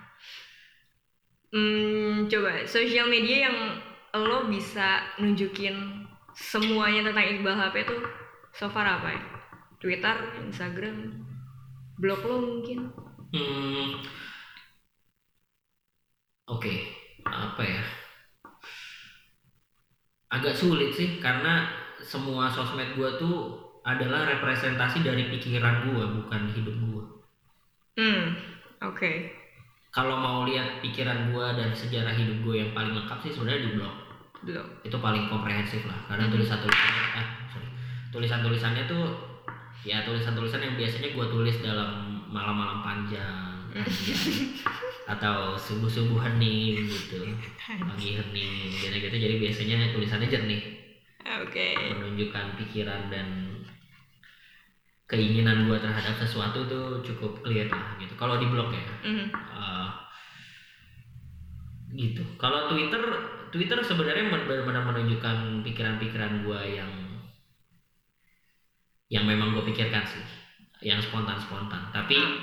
Hmm, coba sosial media yang lo bisa nunjukin semuanya tentang Iqbal H P tuh so far apa ya? Twitter, Instagram, blog lo mungkin? Hmm. Oke, okay. Apa ya? Agak sulit sih karena semua sosmed gue tuh adalah representasi dari pikiran gue, bukan hidup gue. Hmm, oke. Okay. Kalau mau lihat pikiran gue dan sejarah hidup gue yang paling lengkap sih sebenarnya di blog. Blog. Itu paling komprehensif lah, karena tulisan-tulisannya, ah, sorry, tulisan-tulisannya tuh, ya tulisan-tulisan yang biasanya gue tulis dalam malam-malam panjang, anjay, atau subuh-subuh hening gitu, pagi hening, gitu-gitu. Jadi biasanya tulisannya jernih. Oke. Okay. Menunjukkan pikiran dan keinginan gue terhadap sesuatu tuh cukup clear lah gitu. Kalau di blog ya, mm-hmm. uh, gitu. Kalau Twitter, Twitter sebenarnya benar-benar menunjukkan pikiran-pikiran gue yang yang memang gue pikirkan sih, yang spontan-spontan. Tapi mm.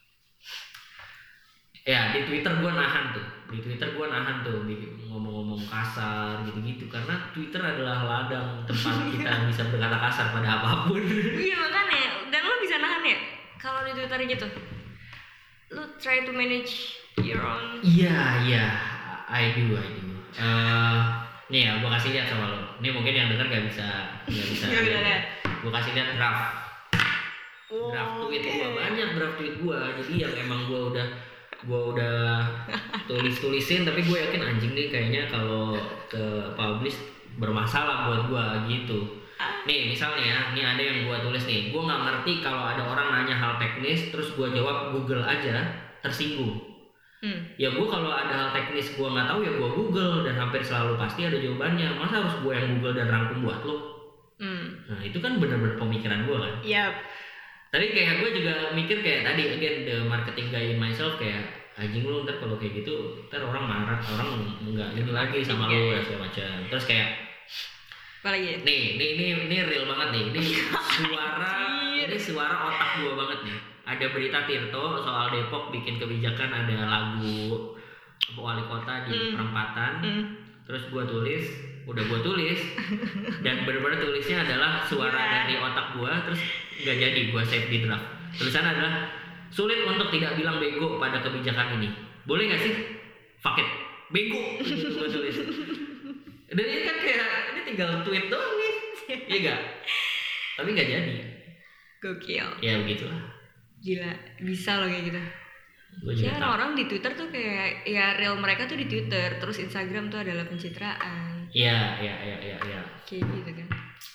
ya di Twitter gue nahan tuh, di Twitter gue nahan tuh ngomong-ngomong kasar gitu-gitu, karena Twitter adalah ladang tempat kita bisa berkata kasar pada apapun. Iya makanya, dan lo bisa nahan ya kalau di Twitter gitu. Lo try to manage your own. Iya iya, I do I do. Uh, nih ya, gue kasih lihat sama lo. Ini mungkin yang denger gak bisa nggak bisa. lihat. Gue kasih lihat draft. Oh, draft tweet okay. gue banyak draft tweet gue. Jadi yang emang gue udah gue udah tulis-tulisin, tapi gue yakin anjing nih kayaknya kalau ke publish bermasalah buat gue gitu. Nih misalnya ya, nih ada yang gue tulis nih, gue nggak ngerti kalau ada orang nanya hal teknis terus gue jawab Google aja, tersinggung. Hmm. Ya gue kalau ada hal teknis gue nggak tahu ya gue Google dan hampir selalu pasti ada jawabannya. Masa harus gue yang Google dan rangkum buat lo? Hmm. Nah itu kan benar-benar pemikiran gue kan. Yap. Tapi kayak gue juga mikir kayak tadi again the marketing guy in myself, kayak anjing lu ntar kalau kayak gitu ntar orang marah, orang nggak ini lagi sama lu ya segala macam. Terus kayak apalagi? Nih, nih, ini ini real banget nih. Ini suara ini suara otak gue banget nih. Ada berita Tirto soal Depok bikin kebijakan, ada lagu wali kota di mm. perempatan. Mm. Terus gue tulis, udah gue tulis dan benar-benar tulisnya adalah suara yeah. dari otak gue, terus nggak jadi gue save di draft. Tulisan adalah sulit untuk tidak bilang bego pada kebijakan ini. Boleh nggak sih? Fuck it, bego. Gitu gue tulis. Dan ini kan kayak ini tinggal tweet doang nih, iya nggak? Tapi nggak jadi. Gokil. Ya begitulah. Gila, bisa loh kayak gitu. Ya orang-orang di Twitter tuh kayak ya real mereka tuh di Twitter, terus Instagram tuh adalah pencitraan. Iya, iya, iya, iya, iya. Kayak gitu kan.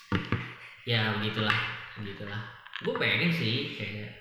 Ya begitulah, begitulah. Gue pengen sih kayak,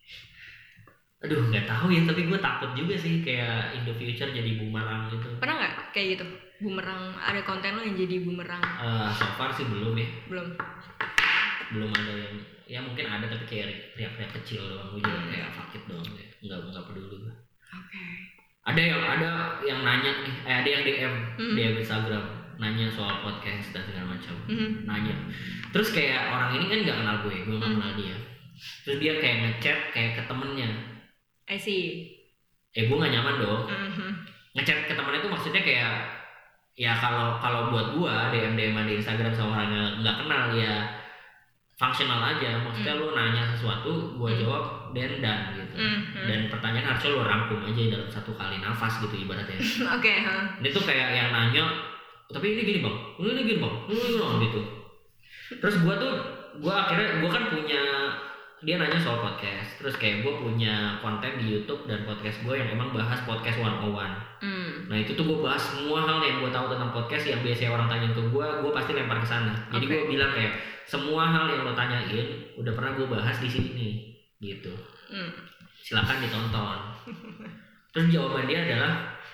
aduh nggak tahu ya, tapi gue takut juga sih kayak in the future jadi bumerang gitu. Pernah nggak kayak gitu? Bumerang, ada konten lo yang jadi bumerang? Uh, so far sih belum ya. Belum. Belum ada yang, ya mungkin ada tapi kayak teriak-teriak kecil doang, gue juga kayak fakit doang ya. Nggak nggak peduli gue. Oke. Okay. Ada yang ada yang nanya nih, eh ada yang D M mm-hmm. D M Instagram nanya soal podcast dan segala macam, mm-hmm. nanya. Terus kayak orang ini kan nggak kenal gue, gue nggak mm-hmm. kenal dia. Terus dia kayak ngechat kayak ke temennya. I see. Eh gue nggak nyaman dong. Mm-hmm. Ngechat ke temennya itu maksudnya kayak ya kalau kalau buat gue D M D M di Instagram sama orang yang nggak kenal ya fungsional aja, maksudnya mm. lo nanya sesuatu, gue jawab dan dan gitu. Mm-hmm. Dan pertanyaan harusnya lo rangkum aja dalam satu kali nafas gitu ibaratnya. Oke. Okay, huh? Ini tuh kayak yang nanya, tapi ini gini bang, ini gini bang, ini gini bang gitu. Terus gue tuh, gue akhirnya gue kan punya, dia nanya soal podcast, terus kayak gue punya konten di YouTube dan podcast gue yang emang bahas podcast one oh one. Mm. Nah itu tuh gue bahas semua hal yang gue tahu tentang podcast yang biasanya orang tanya ke gue, gue pasti lempar ke sana. Jadi okay. gue bilang kayak semua hal yang lo tanyain udah pernah gue bahas di sini gitu. Mm. Silakan ditonton. Terus jawaban dia adalah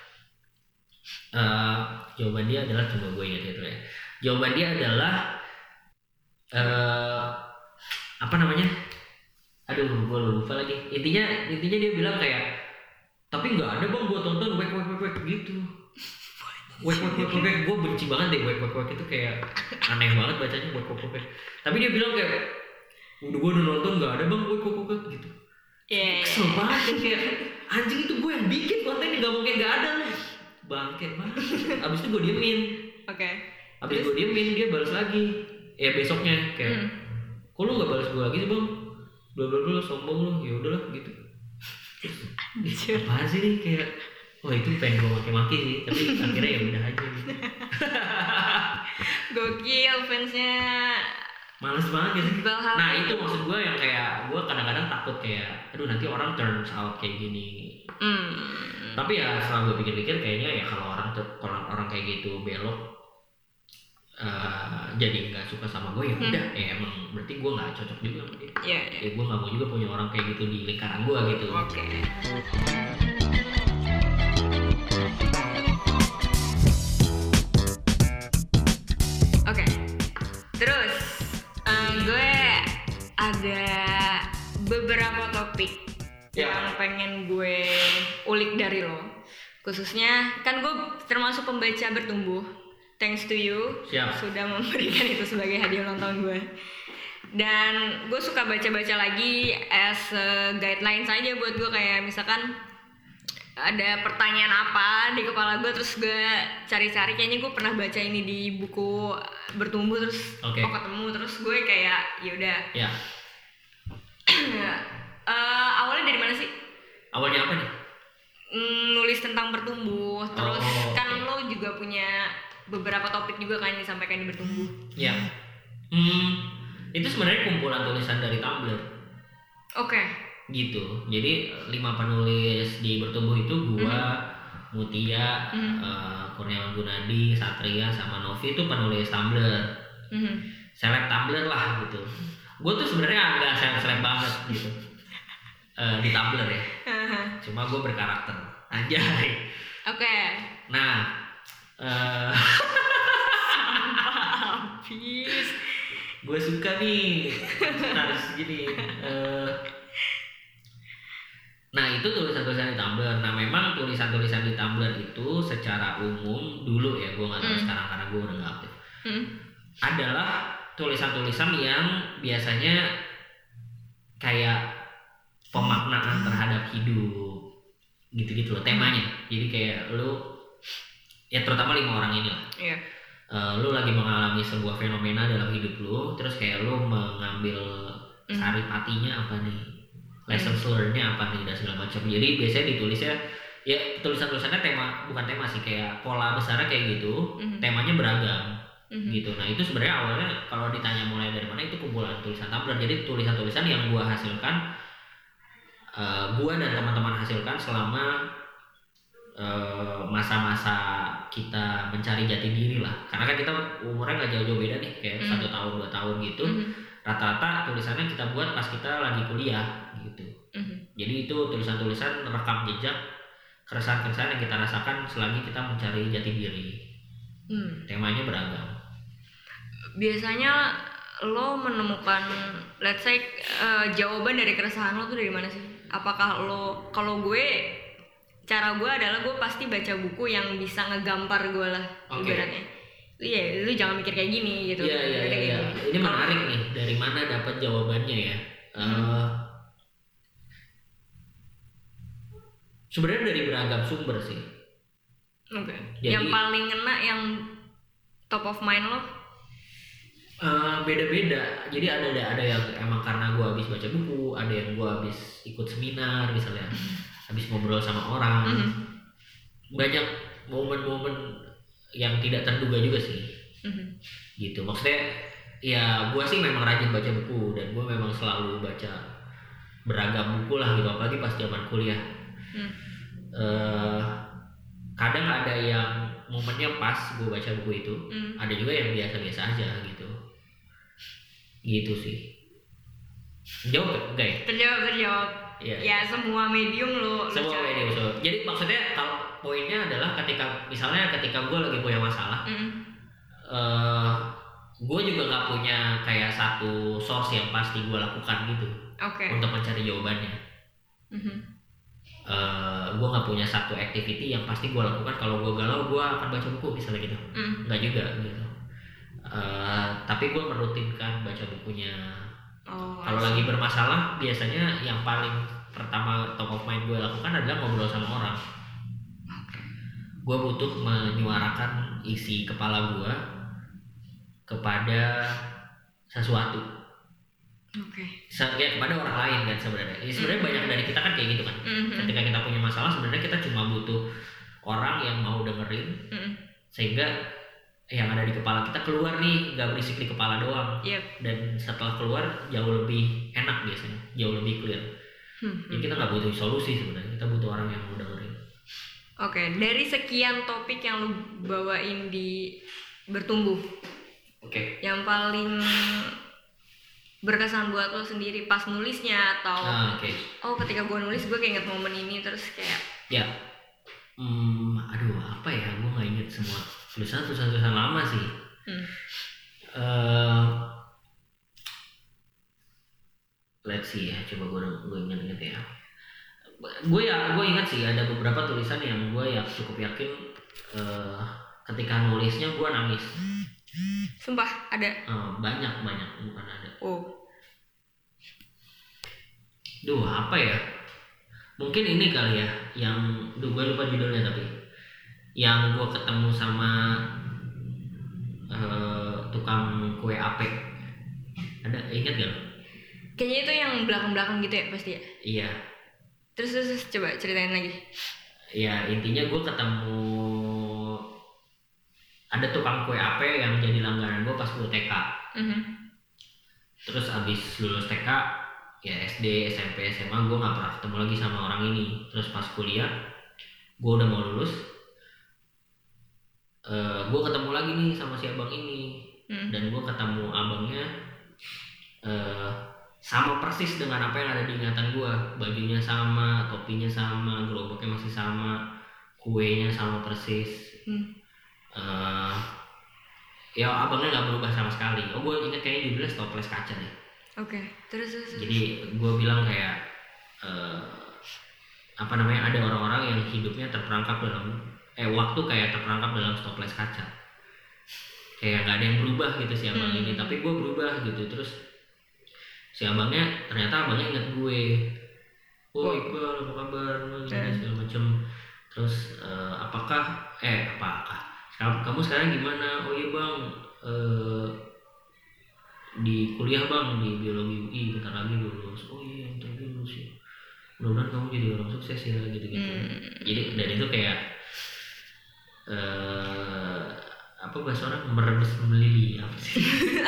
uh, jawaban dia adalah coba gue ingat itu ya. Jawaban dia adalah uh, apa namanya? Aduh, gue lupa lagi. Intinya intinya dia bilang kayak, tapi nggak ada bang gue tonton wek wek wek gitu. wek wek wek wek, gue benci banget deh wek wek wek itu kayak aneh banget bacanya wek wek wek. Tapi dia bilang kayak, udah gue udah nonton nggak ada bang wek wek wek gitu. Yeah. Kesel banget kan kayak anjing itu gue yang bikin kontennya nggak mungkin nggak ada loh. Bangke banget. Abis itu gue diemin. Oke. Okay. Abis gue diemin dia balas lagi. Ya besoknya kayak, hmm. kok lu nggak balas gue lagi sih bang? Bla bla bla sombong lu. Ya udahlah gitu. Terus, apaan sih nih kayak, wah itu pengen gue maki-maki sih. Tapi akhirnya ya udah aja gitu. Gokil fansnya. Males banget gitu. Nah itu maksud gue yang kayak gue kadang-kadang takut kayak, aduh nanti orang turns out kayak gini. Mm. Tapi ya setelah gue pikir-pikir kayaknya ya kalau orang kalau orang kayak gitu belok uh, jadi nggak suka sama gue ya udah, hmm. ya emang berarti gue nggak cocok juga sama dia. Yeah, yeah. Ya gue nggak mau juga punya orang kayak gitu di lingkaran gue gitu. Oke. Okay. Oke. Okay. Terus um, gue ada beberapa topik yeah. yang pengen gue ulik dari lo, khususnya kan gue termasuk pembaca bertumbuh, thanks to you Siap. sudah memberikan itu sebagai hadiah ulang tahun gue, dan gue suka baca-baca lagi as a guideline saja buat gue, kayak misalkan ada pertanyaan apa di kepala gue terus gue cari-cari, kayaknya gue pernah baca ini di buku bertumbuh terus okay. oh ketemu, terus gue kayak yaudah yeah. Uh, awalnya dari mana sih? Awalnya apa nih? Mm, nulis tentang bertumbuh, terus oh, kan okay. lo juga punya beberapa topik juga kan yang disampaikan di bertumbuh. Iya. Hmm, itu sebenarnya kumpulan tulisan dari Tumblr. Oke. Okay. Gitu. Jadi lima penulis di bertumbuh itu gua, mm-hmm. Mutia, mm-hmm. uh, Kurniawan Gunadi, Satria, sama Novi itu penulis Tumblr. Mm-hmm. Seleb Tumblr lah gitu. Gue tuh sebenarnya agak seleb-seleb banget gitu. Uh, di Tumblr ya, uh-huh. cuma gue berkarakter anjay. Oke. Okay. Nah, uh, habis. Gue suka nih harus gini. Uh, nah itu tulisan-tulisan di Tumblr. Nah memang tulisan-tulisan di Tumblr itu secara umum dulu ya, gue nggak tahu mm. sekarang karena gue udah nggak aktif. Mm. Adalah tulisan-tulisan yang biasanya kayak pemaknaan terhadap hidup gitu-gitu loh temanya. Jadi kayak lu ya terutama lima orang ini lah. Iya. Uh, lu lagi mengalami sebuah fenomena dalam hidup lu, terus kayak lu mengambil mm. saripatinya apa nih, lessons mm. learned-nya apa nih dan segala macam. Jadi biasanya ditulisnya ya tulisan-tulisannya tema, bukan tema sih, kayak pola besarnya kayak gitu, mm. temanya beragam. Mm-hmm. Gitu. Nah itu sebenarnya awalnya kalau ditanya mulai dari mana, itu kumpulan tulisan Tumblr. Jadi tulisan-tulisan yang gua hasilkan, uh, gua dan teman-teman hasilkan selama uh, masa-masa kita mencari jati diri lah. Karena kan kita umurnya nggak jauh-jauh beda nih, kayak mm-hmm. satu tahun dua tahun gitu. Mm-hmm. Rata-rata tulisannya kita buat pas kita lagi kuliah gitu. Mm-hmm. Jadi itu tulisan-tulisan rekam jejak keresahan-keresahan yang kita rasakan selagi kita mencari jati diri. Mm. Temanya beragam. Biasanya lo menemukan, let's say uh, jawaban dari keresahan lo tuh dari mana sih? Apakah lo, kalau gue, cara gue adalah gue pasti baca buku yang bisa ngegampar gue lah, okay. ibaratnya. Iya, lu jangan mikir kayak gini gitu. Iya iya iya. Ini menarik nih, dari mana dapat jawabannya ya? Hmm. Uh, sebenarnya dari beragam sumber sih. Oke. Okay. Yang paling ngena, yang top of mind lo? Uh, beda-beda. Jadi ada ada ada yang emang karena gue habis baca buku, ada yang gue habis ikut seminar misalnya, habis ngobrol sama orang. Mm-hmm. Banyak momen-momen yang tidak terduga juga sih. Mm-hmm. Gitu. Maksudnya ya gue sih memang rajin baca buku dan gue memang selalu baca beragam buku lah gitu, apalagi pas zaman kuliah. Mm. Uh, kadang ada yang momennya pas gue baca buku itu, mm. ada juga yang biasa-biasa aja gitu. Gitu sih. Jawab gak ya? Terjawab, terjawab. Ya, ya semua medium lo. Semua medium so. Jadi maksudnya kalau poinnya adalah ketika misalnya ketika gue lagi punya masalah, mm. uh, gue juga nggak punya kayak satu source yang pasti gue lakukan gitu. Okay. Untuk mencari jawabannya. Mm-hmm. uh, gue nggak punya satu activity yang pasti gue lakukan. Kalau gue galau gue akan baca buku misalnya gitu, mm. nggak juga gitu. Uh, tapi gue merutinkan baca bukunya. Oh, kalau lagi bermasalah biasanya yang paling pertama top of mind gue lakukan adalah ngobrol sama orang. Okay. Gue butuh menyuarakan isi kepala gue kepada sesuatu. Oke. Okay. Kepada orang lain kan sebenarnya. Ya, sebenarnya mm-hmm. banyak dari kita kan kayak gitu kan. Mm-hmm. Ketika kita punya masalah sebenarnya kita cuma butuh orang yang mau dengerin, mm-hmm. sehingga yang ada di kepala kita keluar nih, nggak berisik di kepala doang. Yep. Dan setelah keluar jauh lebih enak biasanya, jauh lebih clear. Mm-hmm. Jadi kita nggak butuh solusi sebenarnya, kita butuh orang yang mau dengerin. Oke, okay. Dari sekian topik yang lu bawain di Bertumbuh, oke, okay. yang paling berkesan buat lo sendiri pas nulisnya atau ah, okay. oh ketika gue nulis gue keinget momen ini terus kayak ya, hmm, aduh apa ya, gue nggak inget semua tulisan tulisan tulisan lama sih. Hmm. Uh, let's see ya, coba gue gue inget-inget ya. Gue ya gue ingat sih ada beberapa tulisan yang gue ya cukup yakin uh, ketika nulisnya gue nangis. Sumpah ada? Uh, banyak banyak bukan ada. Oh. Duh apa ya? Mungkin ini kali ya yang, duh gue lupa judulnya tapi yang gue ketemu sama uh, tukang kue ape. Ada ingat gak? Kayaknya itu yang belakang-belakang gitu ya pasti ya? Iya. Terus terus coba ceritain lagi. Ya intinya gue ketemu ada tukang kue ape yang jadi langganan gue pas gue T K. Mm-hmm. Terus abis lulus T K ya S D, S M P, S M A gue nggak pernah ketemu lagi sama orang ini. Terus pas kuliah gue udah mau lulus, uh, gue ketemu lagi nih sama si abang ini. Mm. Dan gue ketemu abangnya uh, sama persis dengan apa yang ada di ingatan gue. Bajunya sama, topinya sama, gerobaknya masih sama, kuenya sama persis. Mm. Uh, ya abangnya nggak berubah sama sekali. Oh gue inget kayaknya judulnya Stopless Kaca deh. Oke, okay. terus, terus Jadi gue bilang kayak uh, apa namanya, ada orang-orang yang hidupnya terperangkap dalam eh waktu kayak terperangkap dalam stopless kaca. Kayak nggak ada yang berubah gitu si abang hmm. ini, tapi gue berubah gitu. Terus si abangnya ternyata abangnya ingat gue. Oh wow. Iqbal apa kabar? Gini segala macem. Terus uh, apakah eh apakah kamu sekarang gimana? Oh iya bang, uh, di kuliah bang di biologi U I bentar lagi lulus. Oh iya bentar lagi lulus ya. Mudah-mudahan kamu jadi orang sukses ya gitu-gitu. Hmm. Jadi dari itu kayak uh, apa bahasa orang merebus melili apa sih?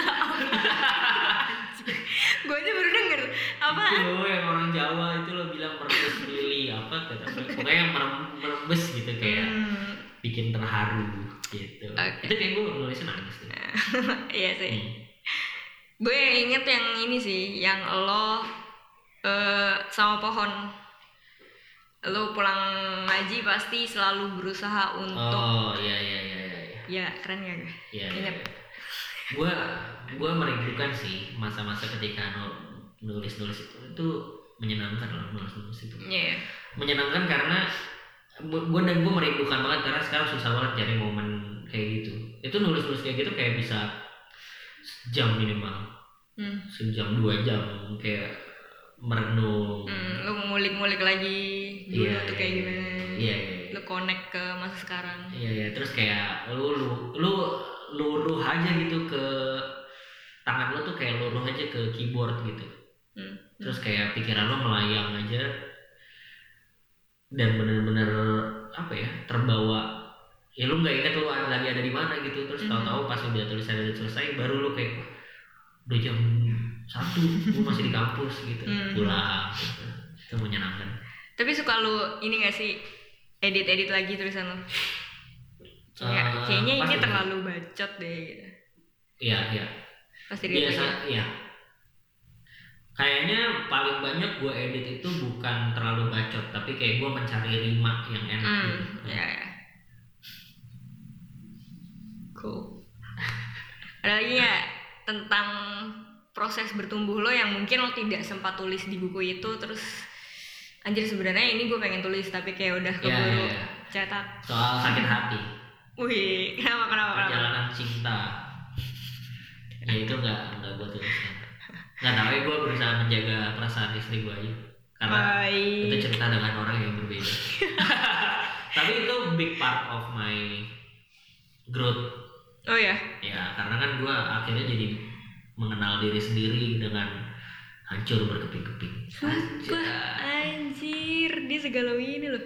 Gue aja baru denger apa? Itu loh yang orang Jawa itu lo bilang merebus melili apa kata pokoknya yang merebus gitu kayak hmm. bikin terharu gitu. Okay. Itu kayak gue nulisnya nangis tuh. Iya sih. Hmm. Gue inget yang ini sih, yang lo uh, sama pohon. Lo pulang ngaji pasti selalu berusaha untuk. Oh iya iya iya iya. Ya keren gak gue? Iya. Ingat. Gue gue merindukan sih masa-masa ketika nulis-nulis itu itu menyenangkan loh nulis-nulis itu. Iya. Yeah. Menyenangkan karena gue dan gue merindukan banget karena sekarang susah banget cari momen kayak gitu. Itu nulis-nulis kayak gitu kayak bisa sejam minimal, hmm. sejam dua jam kayak merenung. Hmm, lu ngulik-ngulik lagi dulu yeah, tuh kayak yeah, gimana? Iya. Yeah, yeah. Lu connect ke masa sekarang. Iya yeah, iya. Yeah. Terus kayak lu lu lu luruh aja gitu ke tangan lu tuh kayak luruh aja ke keyboard gitu. Hmm. Terus kayak pikiran lu melayang aja dan benar-benar apa ya terbawa. Ya lu nggak ingat lu lagi ada di mana gitu. Terus mm-hmm. tahu-tahu pas udah tulisan udah selesai baru lu kayak udah jam satu lu masih di kampus gitu mm-hmm. pulang gitu. Itu menyenangkan. Tapi suka lu ini nggak sih edit-edit lagi tulisan lu? Kayak, uh, kayaknya ini terlalu bacot deh gitu. Iya iya. Pasti biasa iya. Kayaknya paling banyak gue edit itu bukan terlalu bacot tapi kayak gue mencari rima yang enak mm, gitu. Iya iya. Cool. Ada lagi ya tentang proses bertumbuh lo yang mungkin lo tidak sempat tulis di buku itu terus Anjir sebenarnya ini gue pengen tulis tapi kayak udah keburu ya, ya, ya. cetak. Soal sakit hati. Wih, kenapa kenapa kenapa? Perjalanan cinta. Ya itu nggak nggak gue tuliskan. Nggak tahu ya, gue berusaha menjaga perasaan istri gue aja. Karena Bye. itu cerita dengan orang yang berbeda. Tapi itu big part of my growth. Oh ya? Ya karena kan gue akhirnya jadi mengenal diri sendiri dengan hancur berkeping-keping. Sumpah, anjir, dia segalau ini loh.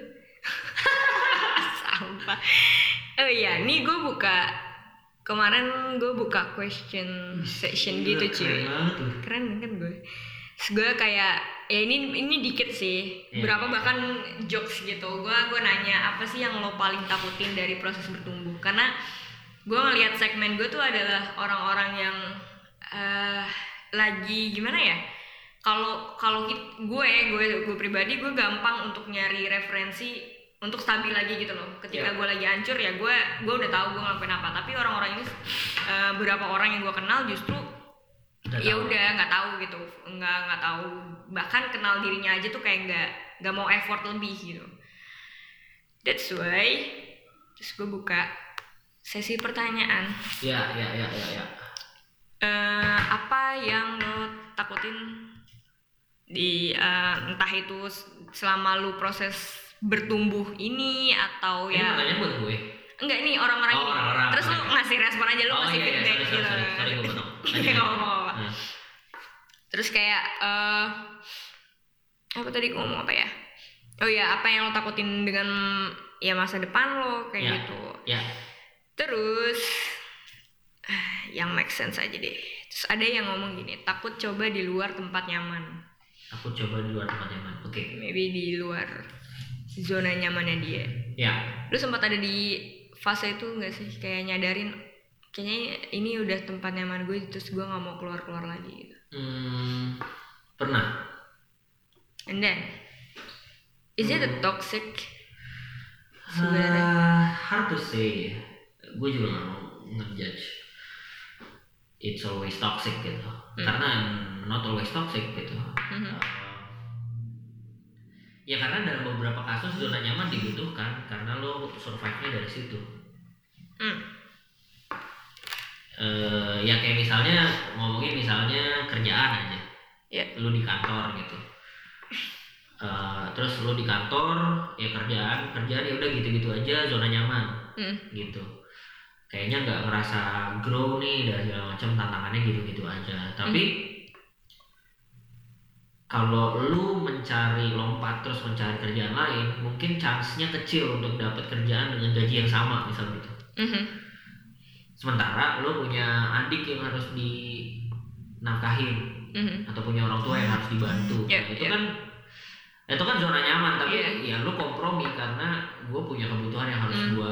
Sampah. Oh iya, nih gue buka kemarin gue buka question section gitu cuy. Keren kan gue. Terus gue kayak ya ini ini dikit sih. Yeah. Berapa bahkan jokes gitu. Gue gue nanya apa sih yang lo paling takutin dari proses bertumbuh? Karena gue ngelihat segmen gue tuh adalah orang-orang yang uh, lagi gimana ya? Kalau kalau gue gue gue pribadi gue gampang untuk nyari referensi untuk stabil lagi gitu loh. Ketika yeah. gue lagi hancur ya gue gue udah tahu gue ngelakuin apa. Tapi orang-orang ini uh, beberapa orang yang gue kenal justru udah ya udah nggak tahu gitu, nggak nggak tahu, bahkan kenal dirinya aja tuh kayak nggak nggak mau effort lebih gitu. That's why terus gue buka sesi pertanyaan. Ya ya ya ya ya. Uh, apa yang lo takutin di uh, entah itu selama lu proses bertumbuh ini atau ini ya pertanyaan buat gue enggak nih orang-orang oh, ini orang-orang, terus lu ngasih respon aja lu oh, ngasih iya, feedback iya, gitu sorry, sorry, gue nggak ngomong apa terus kayak uh, apa tadi gue ngomong apa ya oh ya apa yang lo takutin dengan ya masa depan lo kayak ya, gitu ya. Terus yang make sense aja deh. Terus ada yang ngomong gini, takut coba di luar tempat nyaman. Aku coba di luar tempat nyaman. Oke. Okay. Maybe di luar zona nyamannya dia. Ya. Lu sempat ada di fase itu nggak sih, kayak nyadarin kayaknya ini udah tempat nyaman gue, terus gue nggak mau keluar keluar lagi gitu. Hmm, pernah. And then, is it a toxic? Sebenarnya uh, hard to say. Gue juga nggak mau ngejudge. It's always toxic gitu, mm. karena not always toxic gitu. Mm-hmm. Uh, ya karena dalam beberapa kasus zona nyaman dibutuhkan karena lo survive-nya dari situ. Mm. Uh, ya kayak misalnya ngomongin misalnya kerjaan aja, yeah. Lo di kantor gitu, uh, terus lo di kantor ya kerjaan kerjaan ya udah gitu-gitu aja zona nyaman, mm. gitu. Kayaknya nggak ngerasa grow nih dan segala macam, tantangannya gitu-gitu aja. Tapi mm. kalau lu mencari lompat terus mencari kerjaan lain, mungkin chance-nya kecil untuk dapat kerjaan dengan gaji yang sama misal gitu. Mm-hmm. Sementara lu punya adik yang harus dinafkahin, mm-hmm. atau punya orang tua yang harus dibantu. Yeah, nah, itu yeah. kan itu kan zona nyaman, tapi yeah. ya lu kompromi karena gue punya kebutuhan yang harus mm. gue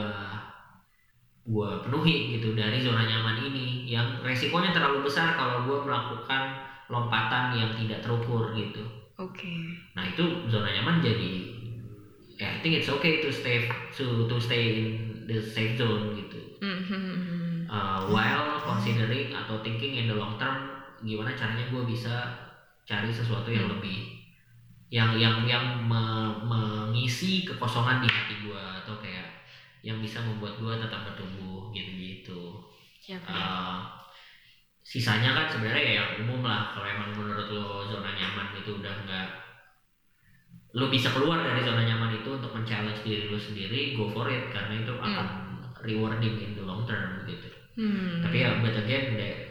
gue penuhi gitu dari zona nyaman ini yang resikonya terlalu besar kalau gue melakukan lompatan yang tidak terukur gitu. Oke. Okay. Nah itu zona nyaman jadi, ya I think it's okay to stay to to stay in the safe zone gitu. Mm-hmm. Uh, while considering atau thinking in the long term gimana caranya gue bisa cari sesuatu yang mm. lebih, yang yang yang me, mengisi kekosongan di hati gue atau kayak yang bisa membuat gue tetap bertumbuh gitu-gitu. Siap, uh, sisanya kan sebenarnya ya yang umum lah. Kalau emang menurut lo zona nyaman itu udah nggak, lo bisa keluar dari zona nyaman itu untuk men-challenge diri lo sendiri, go for it karena itu hmm. akan rewarding in the long term gitu. Hmm. Tapi ya but again,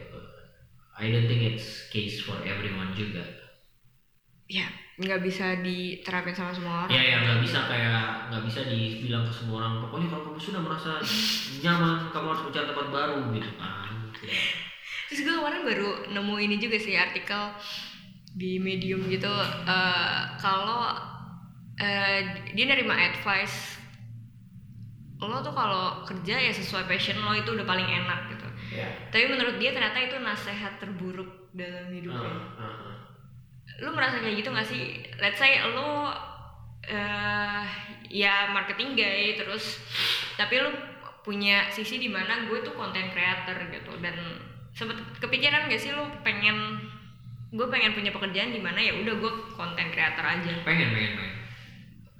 I don't think it's case for everyone juga. Ya. Nggak bisa diterapin sama semua orang. Iya ya, nggak bisa kayak nggak bisa dibilang ke semua orang. Pokoknya kalau kamu sudah merasa nyaman, kamu harus mencari tempat baru gitu kan. Ya. Terus gue kemarin baru nemu ini juga sih artikel di Medium gitu. Uh, kalau uh, dia nerima advice, lo tuh kalau kerja ya sesuai passion lo itu udah paling enak gitu. Yeah. Tapi menurut dia ternyata itu nasihat terburuk dalam hidupnya. Uh, uh, uh. Lu merasa kayak gitu nggak sih? Let's say lu uh, ya marketing guy terus, tapi lu punya sisi di mana gue tuh content creator gitu, dan sempet kepikiran nggak sih lu pengen gue pengen punya pekerjaan di mana ya udah gue content creator aja? Pengen, pengen, pengen.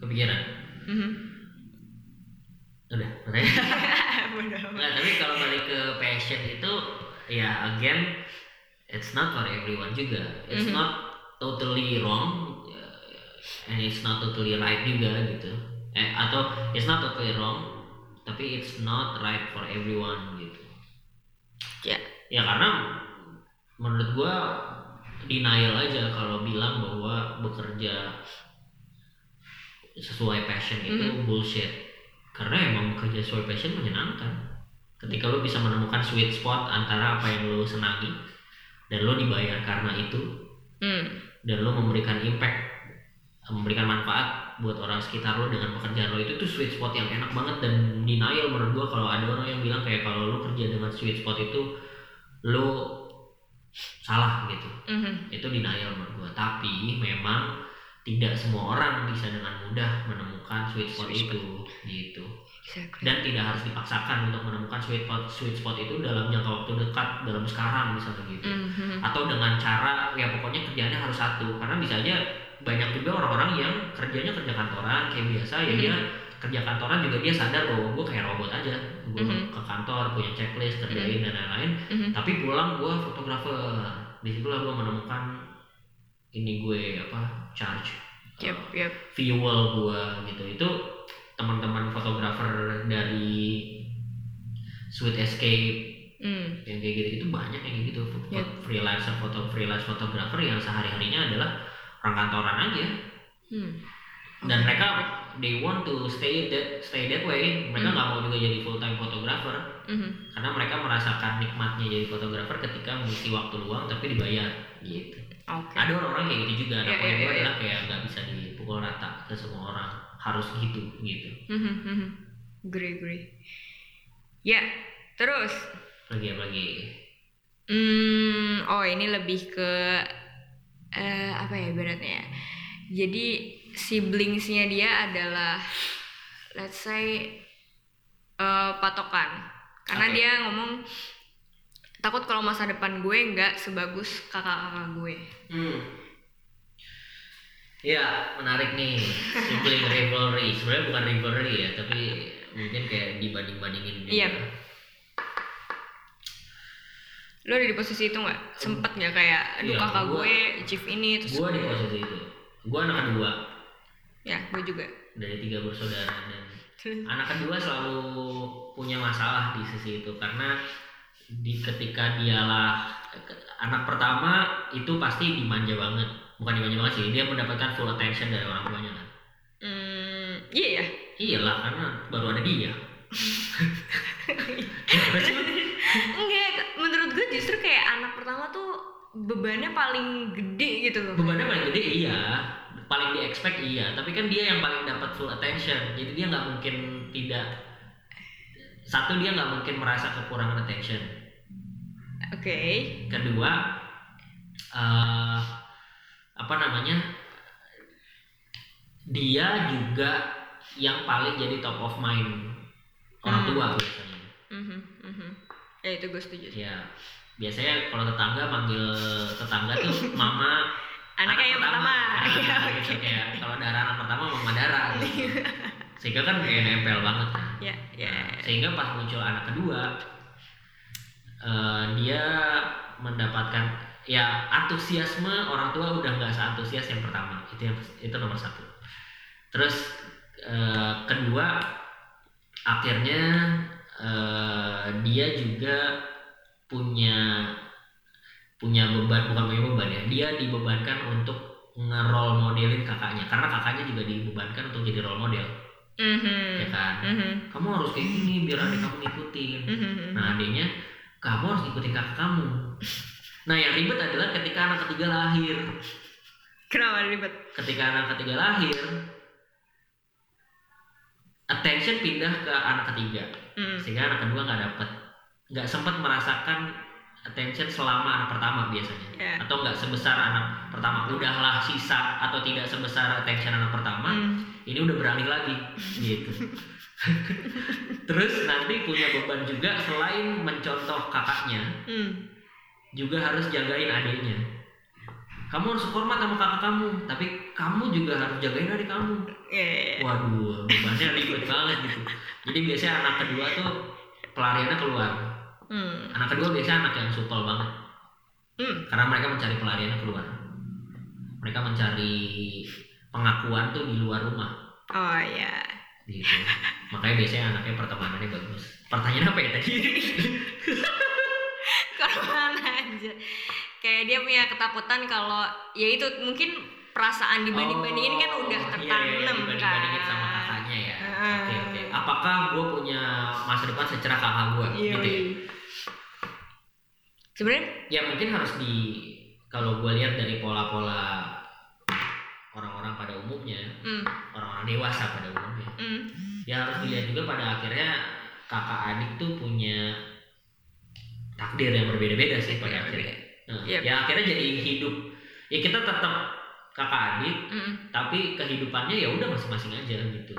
kepikiran. Mm-hmm. Udah, nah, tapi kalau balik ke passion itu ya again it's not for everyone juga. It's mm-hmm. not totally wrong and it's not totally right juga gitu. Eh, atau it's not totally wrong tapi it's not right for everyone gitu. Ya. Yeah. Ya karena menurut gua denial aja kalau bilang bahwa bekerja sesuai passion itu mm-hmm. bullshit. Karena emang bekerja sesuai passion menyenangkan. Ketika lo bisa menemukan sweet spot antara apa yang lo senangi dan lo dibayar karena itu, mm. dan lo memberikan impact, memberikan manfaat buat orang sekitar lo dengan pekerjaan lo, itu tuh sweet spot yang enak banget. Dan denial menurut gua kalau ada orang yang bilang kayak kalau lo kerja dengan sweet spot itu lo salah gitu, mm-hmm. itu denial menurut gua. Tapi memang tidak semua orang bisa dengan mudah menemukan sweet spot sweet itu spot. Gitu. Exactly. Dan tidak harus dipaksakan untuk menemukan sweet spot sweet spot itu dalam jangka waktu dekat, dalam sekarang misalnya gitu. Mm-hmm. Atau dengan cara ya pokoknya kerjaannya harus satu. Karena bisa aja banyak juga orang-orang yang kerjanya kerja kantoran kayak biasa ya, mm-hmm. dia kerja kantoran juga dia sadar bahwa gue kayak robot aja. Gue mm-hmm. ke kantor punya checklist kerjain mm-hmm. dan lain-lain. Mm-hmm. Tapi pulang gue fotografer. Disitulah gue menemukan ini gue apa charge yep, yep. fuel gua gitu. Itu teman-teman fotografer dari Sweet Escape mm. yang kayak gitu itu banyak yang gitu yep. freelancer foto freelance fotografer yang sehari-harinya adalah orang kantoran aja mm. dan okay. mereka they want to stay that stay that way. Mereka nggak mm. mau juga jadi full time fotografer mm-hmm. karena mereka merasakan nikmatnya jadi fotografer ketika mengisi waktu luang tapi dibayar gitu. Okay. Ada orang-orang kayak gitu juga. Ada yeah, poin yeah, gue yeah, adalah yeah. kayak nggak bisa dipukul rata ke semua orang, harus gitu gitu. Mm-hmm. Agree, agree. Ya, yeah. Terus. Lagi apa lagi? Hmm, oh ini lebih ke uh, apa ya ibaratnya? Jadi siblingsnya dia adalah, let's say uh, patokan. Karena okay. dia ngomong takut kalau masa depan gue nggak sebagus kakak-kakak gue. Hmm. Ya menarik nih, sibling rivalry. Sebenarnya bukan rivalry ya, tapi mungkin kayak dibanding-bandingin. Iya. Lo ada di posisi itu nggak? Sempet nggak kayak, aduh ya, kakak gua, gue achieve ini terus. Gue di posisi itu. Gue anak kedua. Ya, gue juga. Dari tiga bersaudara dan anak kedua selalu punya masalah di sisi itu karena di ketika dialah anak pertama itu pasti dimanja banget, bukan dimanja banget sih, dia mendapatkan full attention dari orang tuanya kan. Hmm, iya ya. Iyalah karena baru ada dia. Enggak, menurut gue justru kayak anak pertama tuh bebannya paling gede gitu loh. Bebannya paling gede iya, paling di expect iya, tapi kan dia yang paling dapat full attention, jadi dia nggak mungkin tidak. Satu, dia nggak mungkin merasa kekurangan attention. Oke. Okay. Kedua, uh, apa namanya? Dia juga yang paling jadi top of mind orang tua hmm. biasanya. Mm-hmm, mm-hmm. Ya itu gue setuju. Ya, biasanya kalau tetangga manggil tetangga tuh mama. Anaknya yang pertama. Nah, gitu kayak kalau darah anak pertama mama darah. Gitu. Sehingga kan kayak nempel banget kan. Ya, ya. Nah, sehingga pas muncul anak kedua, uh, dia mendapatkan ya antusiasme orang tua udah nggak seantusias yang pertama. Itu yang itu nomor satu. Terus uh, kedua, akhirnya uh, dia juga punya punya beban, bukan punya beban ya. Dia dibebankan untuk nge-role modelin kakaknya karena kakaknya juga dibebankan untuk jadi role model. Mm-hmm. Ya kan, mm-hmm. kamu harus kayak gini biar adik kamu ngikutin. Mm-hmm. Nah adiknya, kamu harus ngikutin kakak kamu. Nah yang ribet adalah ketika anak ketiga lahir. Kenapa ribet? Ketika anak ketiga lahir, attention pindah ke anak ketiga, mm. sehingga anak kedua nggak dapet, nggak sempat merasakan attention selama anak pertama biasanya, yeah. atau nggak sebesar anak pertama. Udahlah sisa atau tidak sebesar attention anak pertama. Mm. Ini udah beralih lagi gitu. Terus nanti punya beban juga selain mencontoh kakaknya, hmm. juga harus jagain adiknya. kamu harus hormat sama kakak kamu, tapi kamu juga harus jagain adik kamu. Yeah. Waduh, bebannya ribet banget gitu. Jadi biasanya anak kedua tuh pelariannya keluar. Hmm. Anak kedua biasanya anak yang supel banget. Hmm. Karena mereka mencari pelariannya keluar. Mereka mencari pengakuan tuh di luar rumah. Oh iya. Gitu. Makanya biasanya anaknya pertemanannya bagus. Pertanyaan apa ya tadi? Korban aja. Kayak dia punya ketakutan kalau ya itu mungkin perasaan dibanding-bandingin kan udah tertanam iya, iya, dibanding-bandingin kan sama kakaknya ya. Oke uh. oke. Okay. Apakah gue punya masa depan secerah kakak gue? Iya. Gitu ya? Sebenarnya? Ya mungkin harus di kalau gue lihat dari pola-pola orang-orang pada umumnya, mm. orang-orang dewasa pada umumnya, mm. ya harus dilihat juga pada akhirnya kakak adik tuh punya takdir yang berbeda-beda sih pada ya, akhirnya. Nah, yep. Ya akhirnya jadi hidup. Ya kita tetap kakak adik, mm. tapi kehidupannya ya udah masing-masing aja gitu.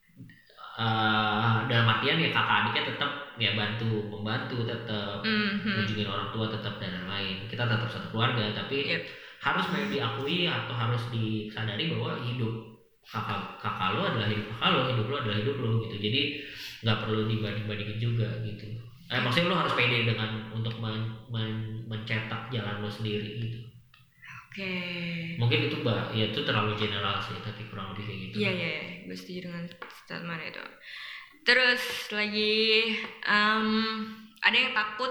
Uh, dalam artian ya kakak adiknya tetap ya bantu membantu tetap mm-hmm. mengunjungi orang tua tetap dan lain-lain. Kita tetap satu keluarga, tapi yep. harus diakui atau harus disadari bahwa hidup kakak kakak lo adalah hidup kakak lo, hidup lo adalah hidup lo gitu. Jadi nggak perlu dibanding-bandingin juga gitu. Eh, maksudnya lo harus pede dengan untuk men, men, mencetak jalan lo sendiri gitu. Oke. Okay. Mungkin itu mbak, ya itu terlalu general sih, tapi kurang lebih kayak gitu. Iya iya, ya. Gue setuju dengan statement itu. Terus lagi um, ada yang takut,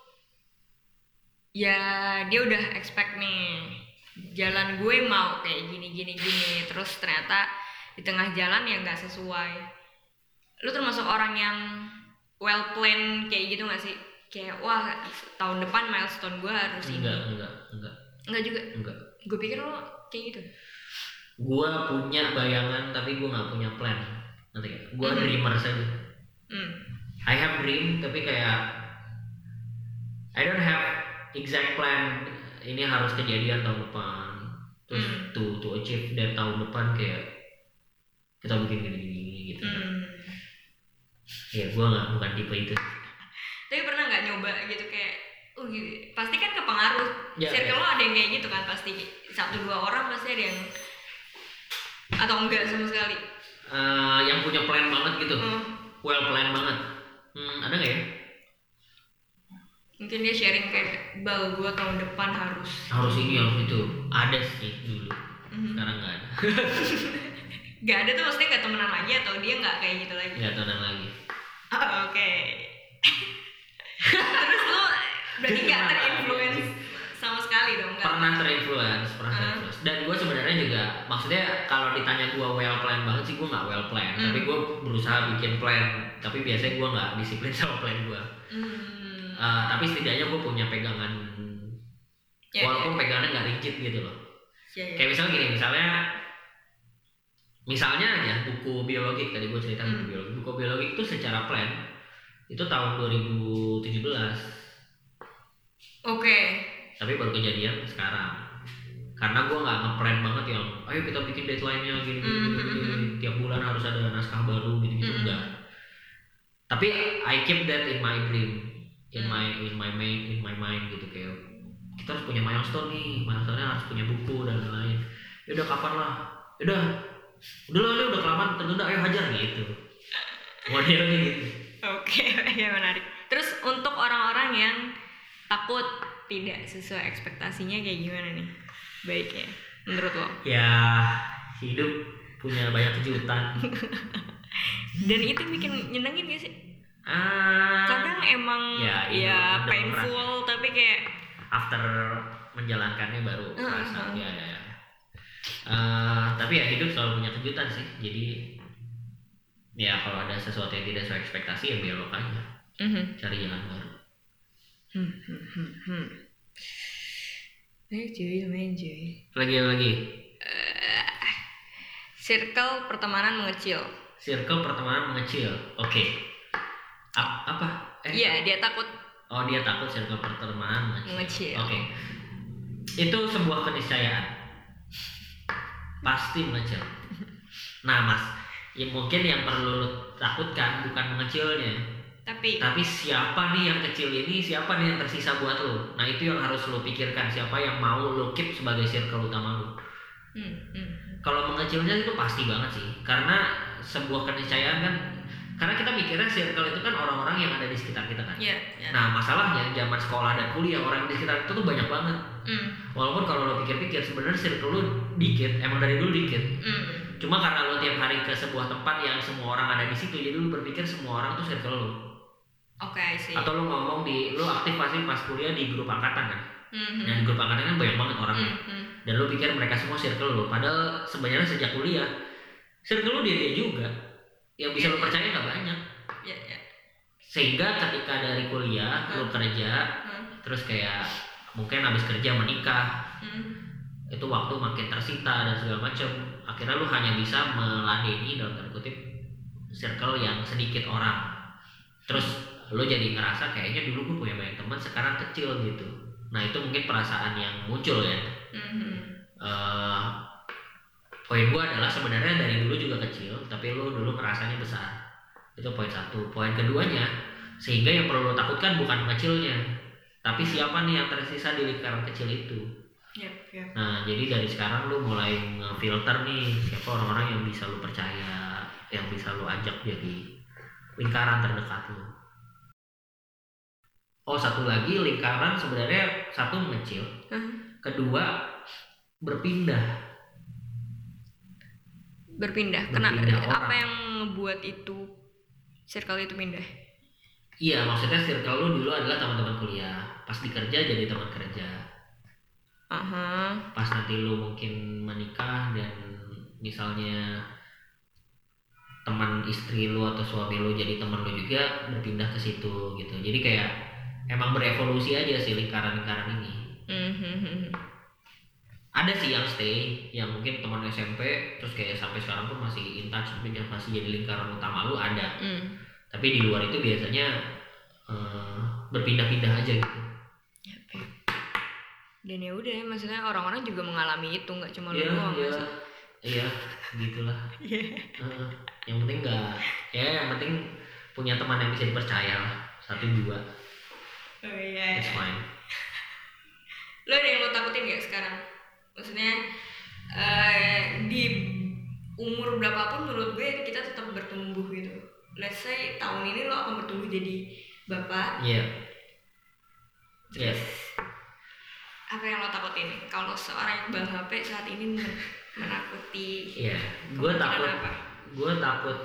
ya dia udah expect nih jalan gue mau kayak gini gini gini, terus ternyata di tengah jalan ya nggak sesuai. Lu termasuk orang yang well plan kayak gitu nggak sih? Kayak wah tahun depan milestone gue harus ini. Enggak enggak enggak. Enggak juga. Enggak. Gue pikir lo kayak gitu. Gue punya bayangan tapi gue nggak punya plan. Nanti kan? Gue mm-hmm. dreamer saja. Mm. I have dream tapi kayak I don't have exact plan. Ini harus kejadian tahun depan. Terus mm. to to achieve that tahun depan kayak kita bikin gini-gini gitu. Mm. Ya gue nggak bukan tipe itu. Tapi pernah nggak nyoba gitu kayak, oh gitu, pasti kan kepengaruh. Ya, circle ya. Lo ada yang kayak gitu kan pasti satu dua orang pasti ada yang atau enggak sama sekali. Uh, yang punya plan banget gitu, mm. well plan banget. Hmm, ada nggak ya? Mungkin dia sharing kayak bal gue tahun depan harus harus ini harus itu. Ada sih dulu, mm-hmm. sekarang nggak ada. Nggak ada tuh maksudnya nggak temenan lagi atau dia nggak kayak gitu lagi? Nggak temenan lagi. Oh, oke. Okay. Terus lo berarti nggak terinfluence sama sekali dong? Gak? Pernah terinfluence, pernah uh. terinfluence. Dan gue sebenarnya juga, maksudnya kalau ditanya gue well plan banget sih gue nggak well plan, mm. tapi gue berusaha bikin plan. Tapi biasanya gue nggak disiplin sama plan gue. Mm. Uh, tapi setidaknya gue punya pegangan, yeah, walaupun yeah. pegangannya nggak rigid gitu loh. Yeah, yeah. Kayak misalnya gini, misalnya, misalnya aja buku biologi tadi gue cerita mm. buku biologi, buku biologi itu secara plan itu tahun dua ribu tujuh belas. Oke. Okay. Tapi baru kejadian sekarang. Karena gue nggak ngeplan banget yang, ayo kita bikin deadline-nya gini, gini, mm-hmm. gini, gini, tiap bulan harus ada naskah baru gitu gitu mm-hmm. enggak. Tapi I keep that in my dream. in hmm. my in my mind in my mind gitu kayak kita harus punya milestone nih, milestone-nya harus punya buku dan lain-lain. Ya udah kapan lah, ya udah udah lah, udah kelamaan tertunda, ayo hajar gitu modelnya gitu. Oke, ya menarik. Terus untuk orang-orang yang takut tidak sesuai ekspektasinya kayak gimana nih baiknya menurut lo? Ya hidup punya banyak kejutan. Dan itu bikin nyenengin gak sih? Ah, kadang emang ya, ya painful berat. Tapi kayak after menjalankannya baru terasa uh, uh. ya ya. Uh, tapi ya hidup selalu punya kejutan sih. Jadi ya kalau ada sesuatu yang tidak sesuai ekspektasi ya belok aja, uh-huh. cari jalan baru. Hmm, hmm, hmm, hmm. Eh cuy, main cuy. Lagi lagi. Uh, circle pertemanan mengecil. Circle pertemanan mengecil. Oke. Okay. A- apa? Eh, iya, dia takut. Oh, dia takut circle pertemanan mengecil. mengecil. Oke. Okay. Itu sebuah keniscayaan. Pasti mengecil. Nah, Mas, ya mungkin yang perlu lo takutkan bukan mengecilnya, Tapi tapi siapa nih yang kecil ini, siapa nih yang tersisa buat lo. Nah itu yang harus lo pikirkan, siapa yang mau lo keep sebagai circle utama lo. hmm, hmm. Kalau mengecilnya itu pasti banget sih, karena sebuah keniscayaan kan, karena kita mikirnya circle itu kan orang-orang yang ada di sekitar kita kan. yeah, yeah. Nah masalahnya zaman sekolah dan kuliah orang di sekitar itu tuh banyak banget. mm. Walaupun kalau lo pikir-pikir sebenarnya circle lo dikit, emang dari dulu dikit. mm. Cuma karena lo tiap hari ke sebuah tempat yang semua orang ada di situ, jadi lo berpikir semua orang tuh circle lo. Oke okay, sih. Atau lo ngomong di, lo aktif pasti pas kuliah di grup angkatan kan. mm-hmm. Nah di grup angkatan kan banyak banget orangnya. mm-hmm. Dan lo pikir mereka semua circle lo, padahal sebenarnya sejak kuliah circle lo dia dia juga yang bisa yeah, lo percaya nggak yeah. banyak. yeah, yeah. Sehingga ketika dari kuliah hmm. lo kerja, hmm. terus kayak mungkin habis kerja menikah, hmm. itu waktu makin tersita dan segala macam. Akhirnya lo hanya bisa meladeni dalam tanda kutip circle yang sedikit orang. Terus lo jadi ngerasa kayaknya dulu gue punya banyak teman, sekarang kecil gitu. Nah itu mungkin perasaan yang muncul ya. mm-hmm. uh, Poin gue adalah sebenarnya dari dulu juga kecil, tapi lo dulu ngerasanya besar. Itu poin satu. Poin keduanya, sehingga yang perlu lo takutkan bukan kecilnya, tapi siapa nih yang tersisa di lingkaran kecil itu. yep, yep. Nah jadi dari sekarang lo mulai nge-filter nih siapa orang-orang yang bisa lo percaya, yang bisa lo ajak jadi lingkaran terdekat lo. Oh satu lagi, lingkaran sebenarnya satu mengecil, uh-huh. kedua berpindah. Berpindah. Kenapa? Apa yang ngebuat itu circle itu pindah? Iya maksudnya circle lu dulu adalah teman-teman kuliah, pas di kerja jadi teman kerja. Uh-huh. Pas nanti lu mungkin menikah dan misalnya teman istri lu atau suami lu jadi teman lu juga, berpindah ke situ gitu. Jadi kayak emang berevolusi aja sih lingkaran-lingkaran ini. Mm-hmm. Ada sih yang stay, yang mungkin teman S M P terus kayak sampai sekarang pun masih in touch, yang masih jadi lingkaran utama lu ada. Mm. Tapi di luar itu biasanya uh, berpindah-pindah aja gitu. Yep. Dan ya udah, maksudnya orang-orang juga mengalami itu, nggak cuma yeah, lu doang. Iya, iya, gitulah. Yeah. Uh, yang penting nggak, ya yang penting punya teman yang bisa dipercaya lah, satu dua. Oh iya. It's fine. Lo ada yang lo takutin nggak sekarang? Maksudnya uh, di umur berapapun menurut gue kita tetap bertumbuh gitu. Let's say tahun ini lo akan bertumbuh jadi bapak. Iya. Yeah. Iya. Yeah. Apa yang lo takutin kalau seorang Iqbal H P saat ini menakuti? Iya. Yeah. Gue takut. Gue takut.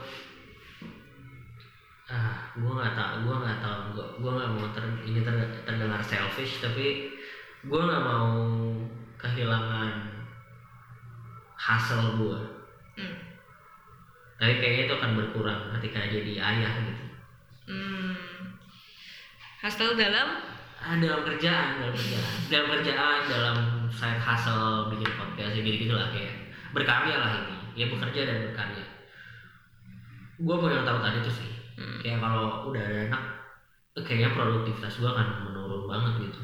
Ah, gue nggak tahu, gue nggak tahu, gue gue nggak mau ter, ini ter, terdengar selfish, tapi gue nggak mau kehilangan hasil gue. Hmm. Tapi kayaknya itu akan berkurang ketika jadi ayah gitu. Hmm. Hasil dalam? Ah, dalam kerjaan, dalam kerjaan, dalam kerjaan, dalam side hustle, bikin podcast, gitu gitu lah kayak berkarya lah ini, ya bekerja dan berkarya. Gue mau yang tahu tadi tuh sih. Hmm. Kayak kalau udah ada anak, kayaknya produktivitas gue akan menurun banget gitu.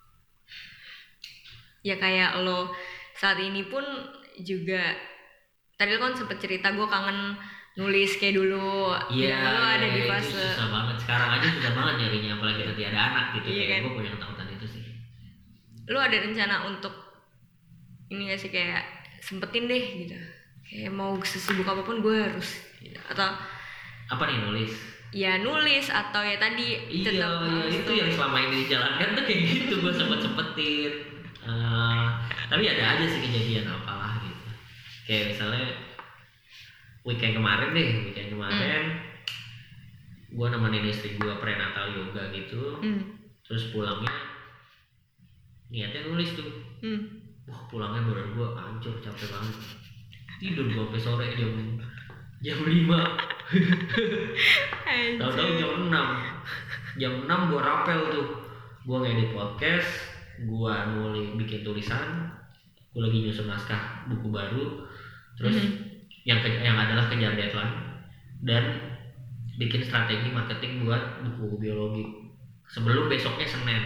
Ya kayak lo saat ini pun juga, tadi lo kan sempet cerita gue kangen nulis kayak dulu. Iya. Ya, lo ada ya, di fase. Itu susah banget. Sekarang aja susah banget nyarinya, apalagi nanti ada anak gitu. Iya, kayak kan? Gue punya ketakutan itu sih. Lo ada rencana untuk ini gak sih, kayak sempetin deh gitu? Kayak mau sesibuk apapun gue harus gitu. Atau apa nih, nulis? Ya nulis atau ya tadi iya, tetap iya, itu yang selama ini dijalankan tuh kayak gitu. Gue sempet-sempetin uh, tapi ada aja sih kejadian apalah gitu. Kayak misalnya weekend kemarin deh weekend kemarin hmm. gue nemenin istri gue prenatal yoga gitu. hmm. Terus pulangnya niatnya nulis tuh. hmm. Wah pulangnya badan gue hancur, capek banget, tidur gue sampai sore jam jam lima. Tahu-tahu jam enam. Jam enam gue rapel tuh. Gue ngedit podcast, gue nulis, bikin tulisan, gue lagi nyusun naskah buku baru. Terus mm-hmm. yang ke- yang adalah kejar deadline dan bikin strategi marketing buat buku biologi sebelum besoknya Senin.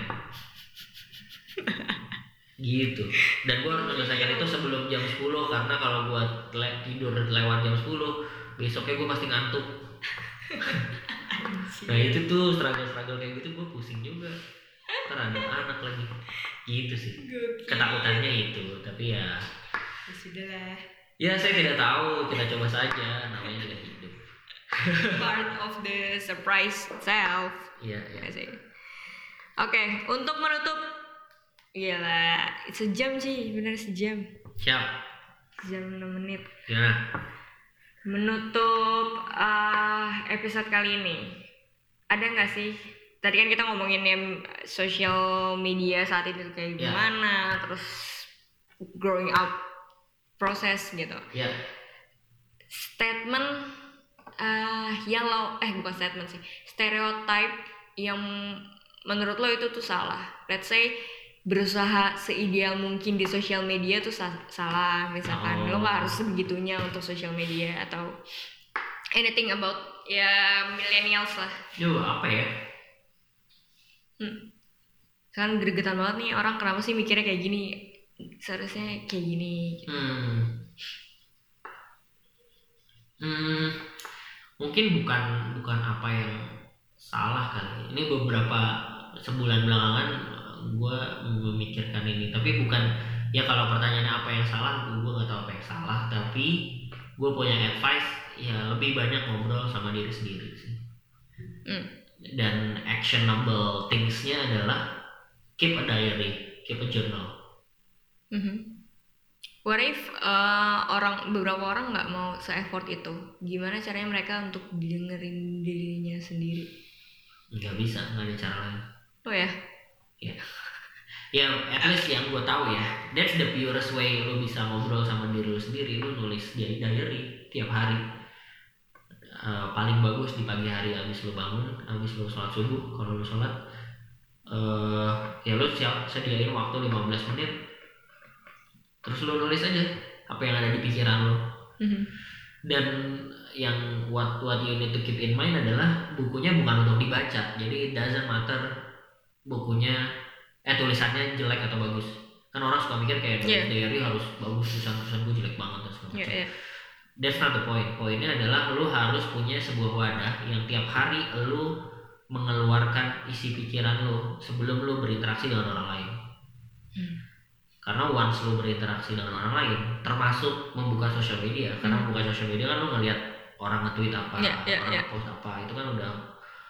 Gitu. Dan gue harus menyelesaikan itu sebelum jam sepuluh, karena kalau gue le- tidur lewat jam sepuluh besoknya gue pasti ngantuk. Nah itu tuh struggle-struggle kayak gitu gue pusing juga. Ntar ada anak lagi. Gitu sih. Ketakutannya itu, tapi ya. Ya sudahlah. Ya saya tidak tahu, kita coba saja. Namanya juga hidup. Part of the surprise itself. Iya, iya. Oke, okay, untuk menutup, iyalah, sejam sih, bener sejam. Siap. Sejam enam menit. Ya. Menutup uh, episode kali ini, ada nggak sih? Tadi kan kita ngomongin yang sosial media saat ini kayak gimana, yeah. Terus growing up proses gitu. Yeah. Statement uh, yang lo, eh bukan statement sih, stereotype yang menurut lo itu tuh salah. Let's say berusaha seideal mungkin di sosial media tuh sa- salah misalkan oh. Lo nggak harus sebegitunya untuk sosial media atau anything about ya millennials lah. Yo apa ya? Hmm. Sekarang gregetan banget nih orang, kenapa sih mikirnya kayak gini? Seharusnya kayak gini. Gitu. Hmm. Hmm. Mungkin bukan bukan apa yang salah kali. Ini beberapa sebulan belakangan gue memikirkan ini, tapi bukan ya kalau pertanyaannya apa yang salah, gue nggak tahu apa yang salah, tapi gue punya advice ya lebih banyak ngobrol sama diri sendiri sih. Mm. Dan actionable thingsnya adalah keep a diary, keep a journal. Mm-hmm. What if uh, orang beberapa orang nggak mau se-effort itu? Gimana caranya mereka untuk dengerin dirinya sendiri? Nggak bisa, nggak ada cara lain. Oh ya? Ya, ya at least yang gue tahu ya, that's the purest way lo bisa ngobrol sama diri lo sendiri. Lo nulis di diary tiap hari. Uh, paling bagus di pagi hari abis lo bangun, abis lo sholat subuh. Kalau lo sholat, uh, ya lo siap sediain waktu lima belas menit. Terus lo nulis aja apa yang ada di pikiran lo. Mm-hmm. Dan yang what what you need to keep in mind adalah bukunya bukan untuk dibaca. Jadi it doesn't matter bukunya eh tulisannya jelek atau bagus. Kan orang suka mikir kayak yeah. diary harus bagus, tulisan-tulisan gue jelek banget dan segala macam. Yeah, yeah. That's not the point. Poinnya adalah lu harus punya sebuah wadah yang tiap hari lu mengeluarkan isi pikiran lu sebelum lu berinteraksi dengan orang lain. Hmm. Karena once lu berinteraksi dengan orang lain, termasuk membuka sosial media, hmm. karena membuka sosial media kan lu ngelihat orang nge-tweet apa, yeah, yeah, orang yeah. post apa, itu kan udah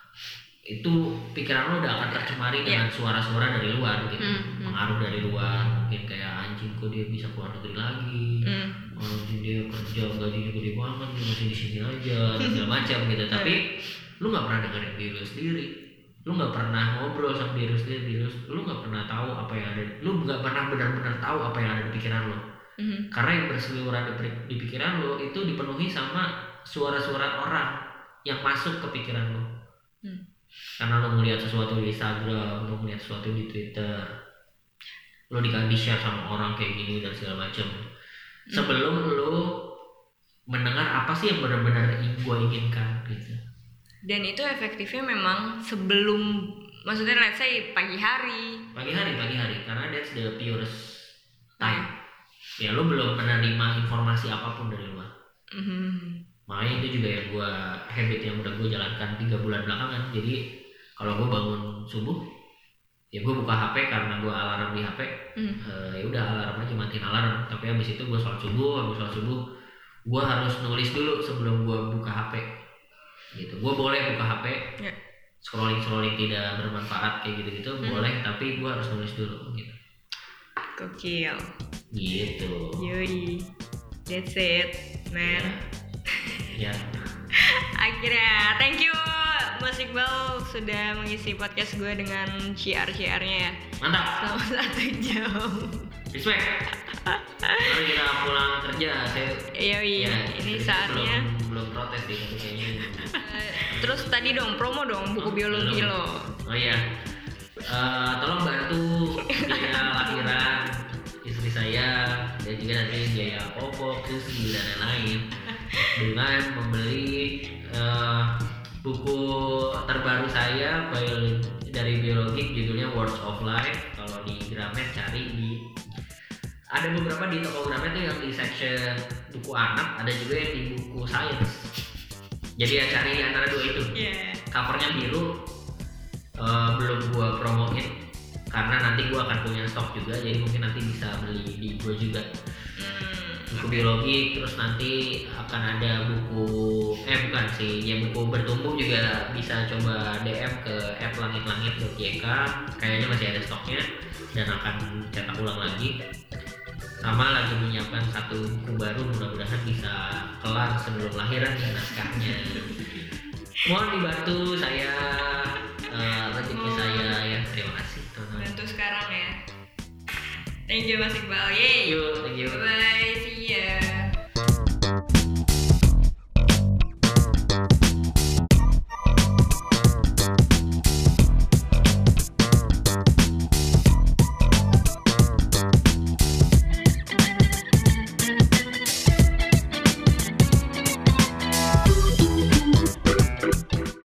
itu pikiran lo udah akan tercemari yeah. dengan suara-suara dari luar gitu, mm, pengaruh mm. dari luar, mungkin kayak anjing kok dia bisa keluar negeri lagi, mm. anjing dia kerja gajinya gede banget, dia masih di sini aja, segala macam gitu. Tapi lu nggak pernah dengerin diri lu sendiri, lu nggak pernah ngobrol sama diri lu sendiri, diri lu, lu nggak pernah tahu apa yang ada, lu nggak pernah benar-benar tahu apa yang ada di pikiran lo, mm. karena yang berseliweran di, di pikiran lo itu dipenuhi sama suara-suara orang yang masuk ke pikiran lo. Mm. Karena lo ngeliat sesuatu di Instagram, lo ngeliat sesuatu di Twitter, lo di share sama orang kayak gini dan segala macam. Sebelum mm. lo mendengar apa sih yang benar-benar gue inginkan gitu. Dan itu efektifnya memang sebelum, maksudnya let's say pagi hari. Pagi hari, pagi hari, karena that's the purest time. Ya lo belum menerima informasi apapun dari luar. Mm-hmm. Makanya itu juga yang gue habit yang udah gue jalankan tiga bulan belakangan. Jadi kalau gue bangun subuh, ya gue buka H P karena gue alarm di H P. Mm. Uh, ya udah alarm aja, matiin alarm. Tapi habis itu gue sholat subuh, habis sholat subuh gue harus nulis dulu sebelum gue buka H P. Gitu. Gue boleh buka H P, yeah. scrolling scrolling tidak bermanfaat kayak gitu-gitu mm. boleh, tapi gue harus nulis dulu. Gitu. Gokil. Gitu. Yoi, that's it, man. Yeah. Ya. Akhirnya, thank you Mas Iqbal sudah mengisi podcast gue dengan syiar-syiarnya ya. Mantap. Selama satu jam. Respect. Mari kita pulang kerja. Saya. Yoi, ya, ini saatnya. Belum, belum protes deh kayaknya. Terus tadi dong promo dong buku oh, biologi belum. Lo. Oh iya. Uh, tolong bantu biaya lahiran istri saya dan juga nanti biaya popok, susu dan lain-lain dengan membeli uh, buku terbaru saya dari biologi judulnya Words of Life. Kalau di Gramet cari di ada beberapa di toko Gramet tuh yang di section buku anak, ada juga yang di buku science. Jadi ya cari antara dua itu. Yeah. covernya biru, uh, belum gue promoin karena nanti gue akan punya stok juga, jadi mungkin nanti bisa beli di gue juga. Buku biologi, terus nanti akan ada buku eh bukan sih ya buku bertumbuh juga bisa coba D M ke et langit-langit dot y k, kayaknya masih ada stoknya dan akan cetak ulang lagi. Sama lagi menyiapkan satu buku baru, mudah-mudahan bisa kelar sebelum lahiran naskahnya. Mohon dibantu saya, uh, rezeki saya ya. Terima kasih teman-teman. Bantu sekarang ya. Thank you Mas Iqbal. Yay. Thank you, thank you. Bye. See you.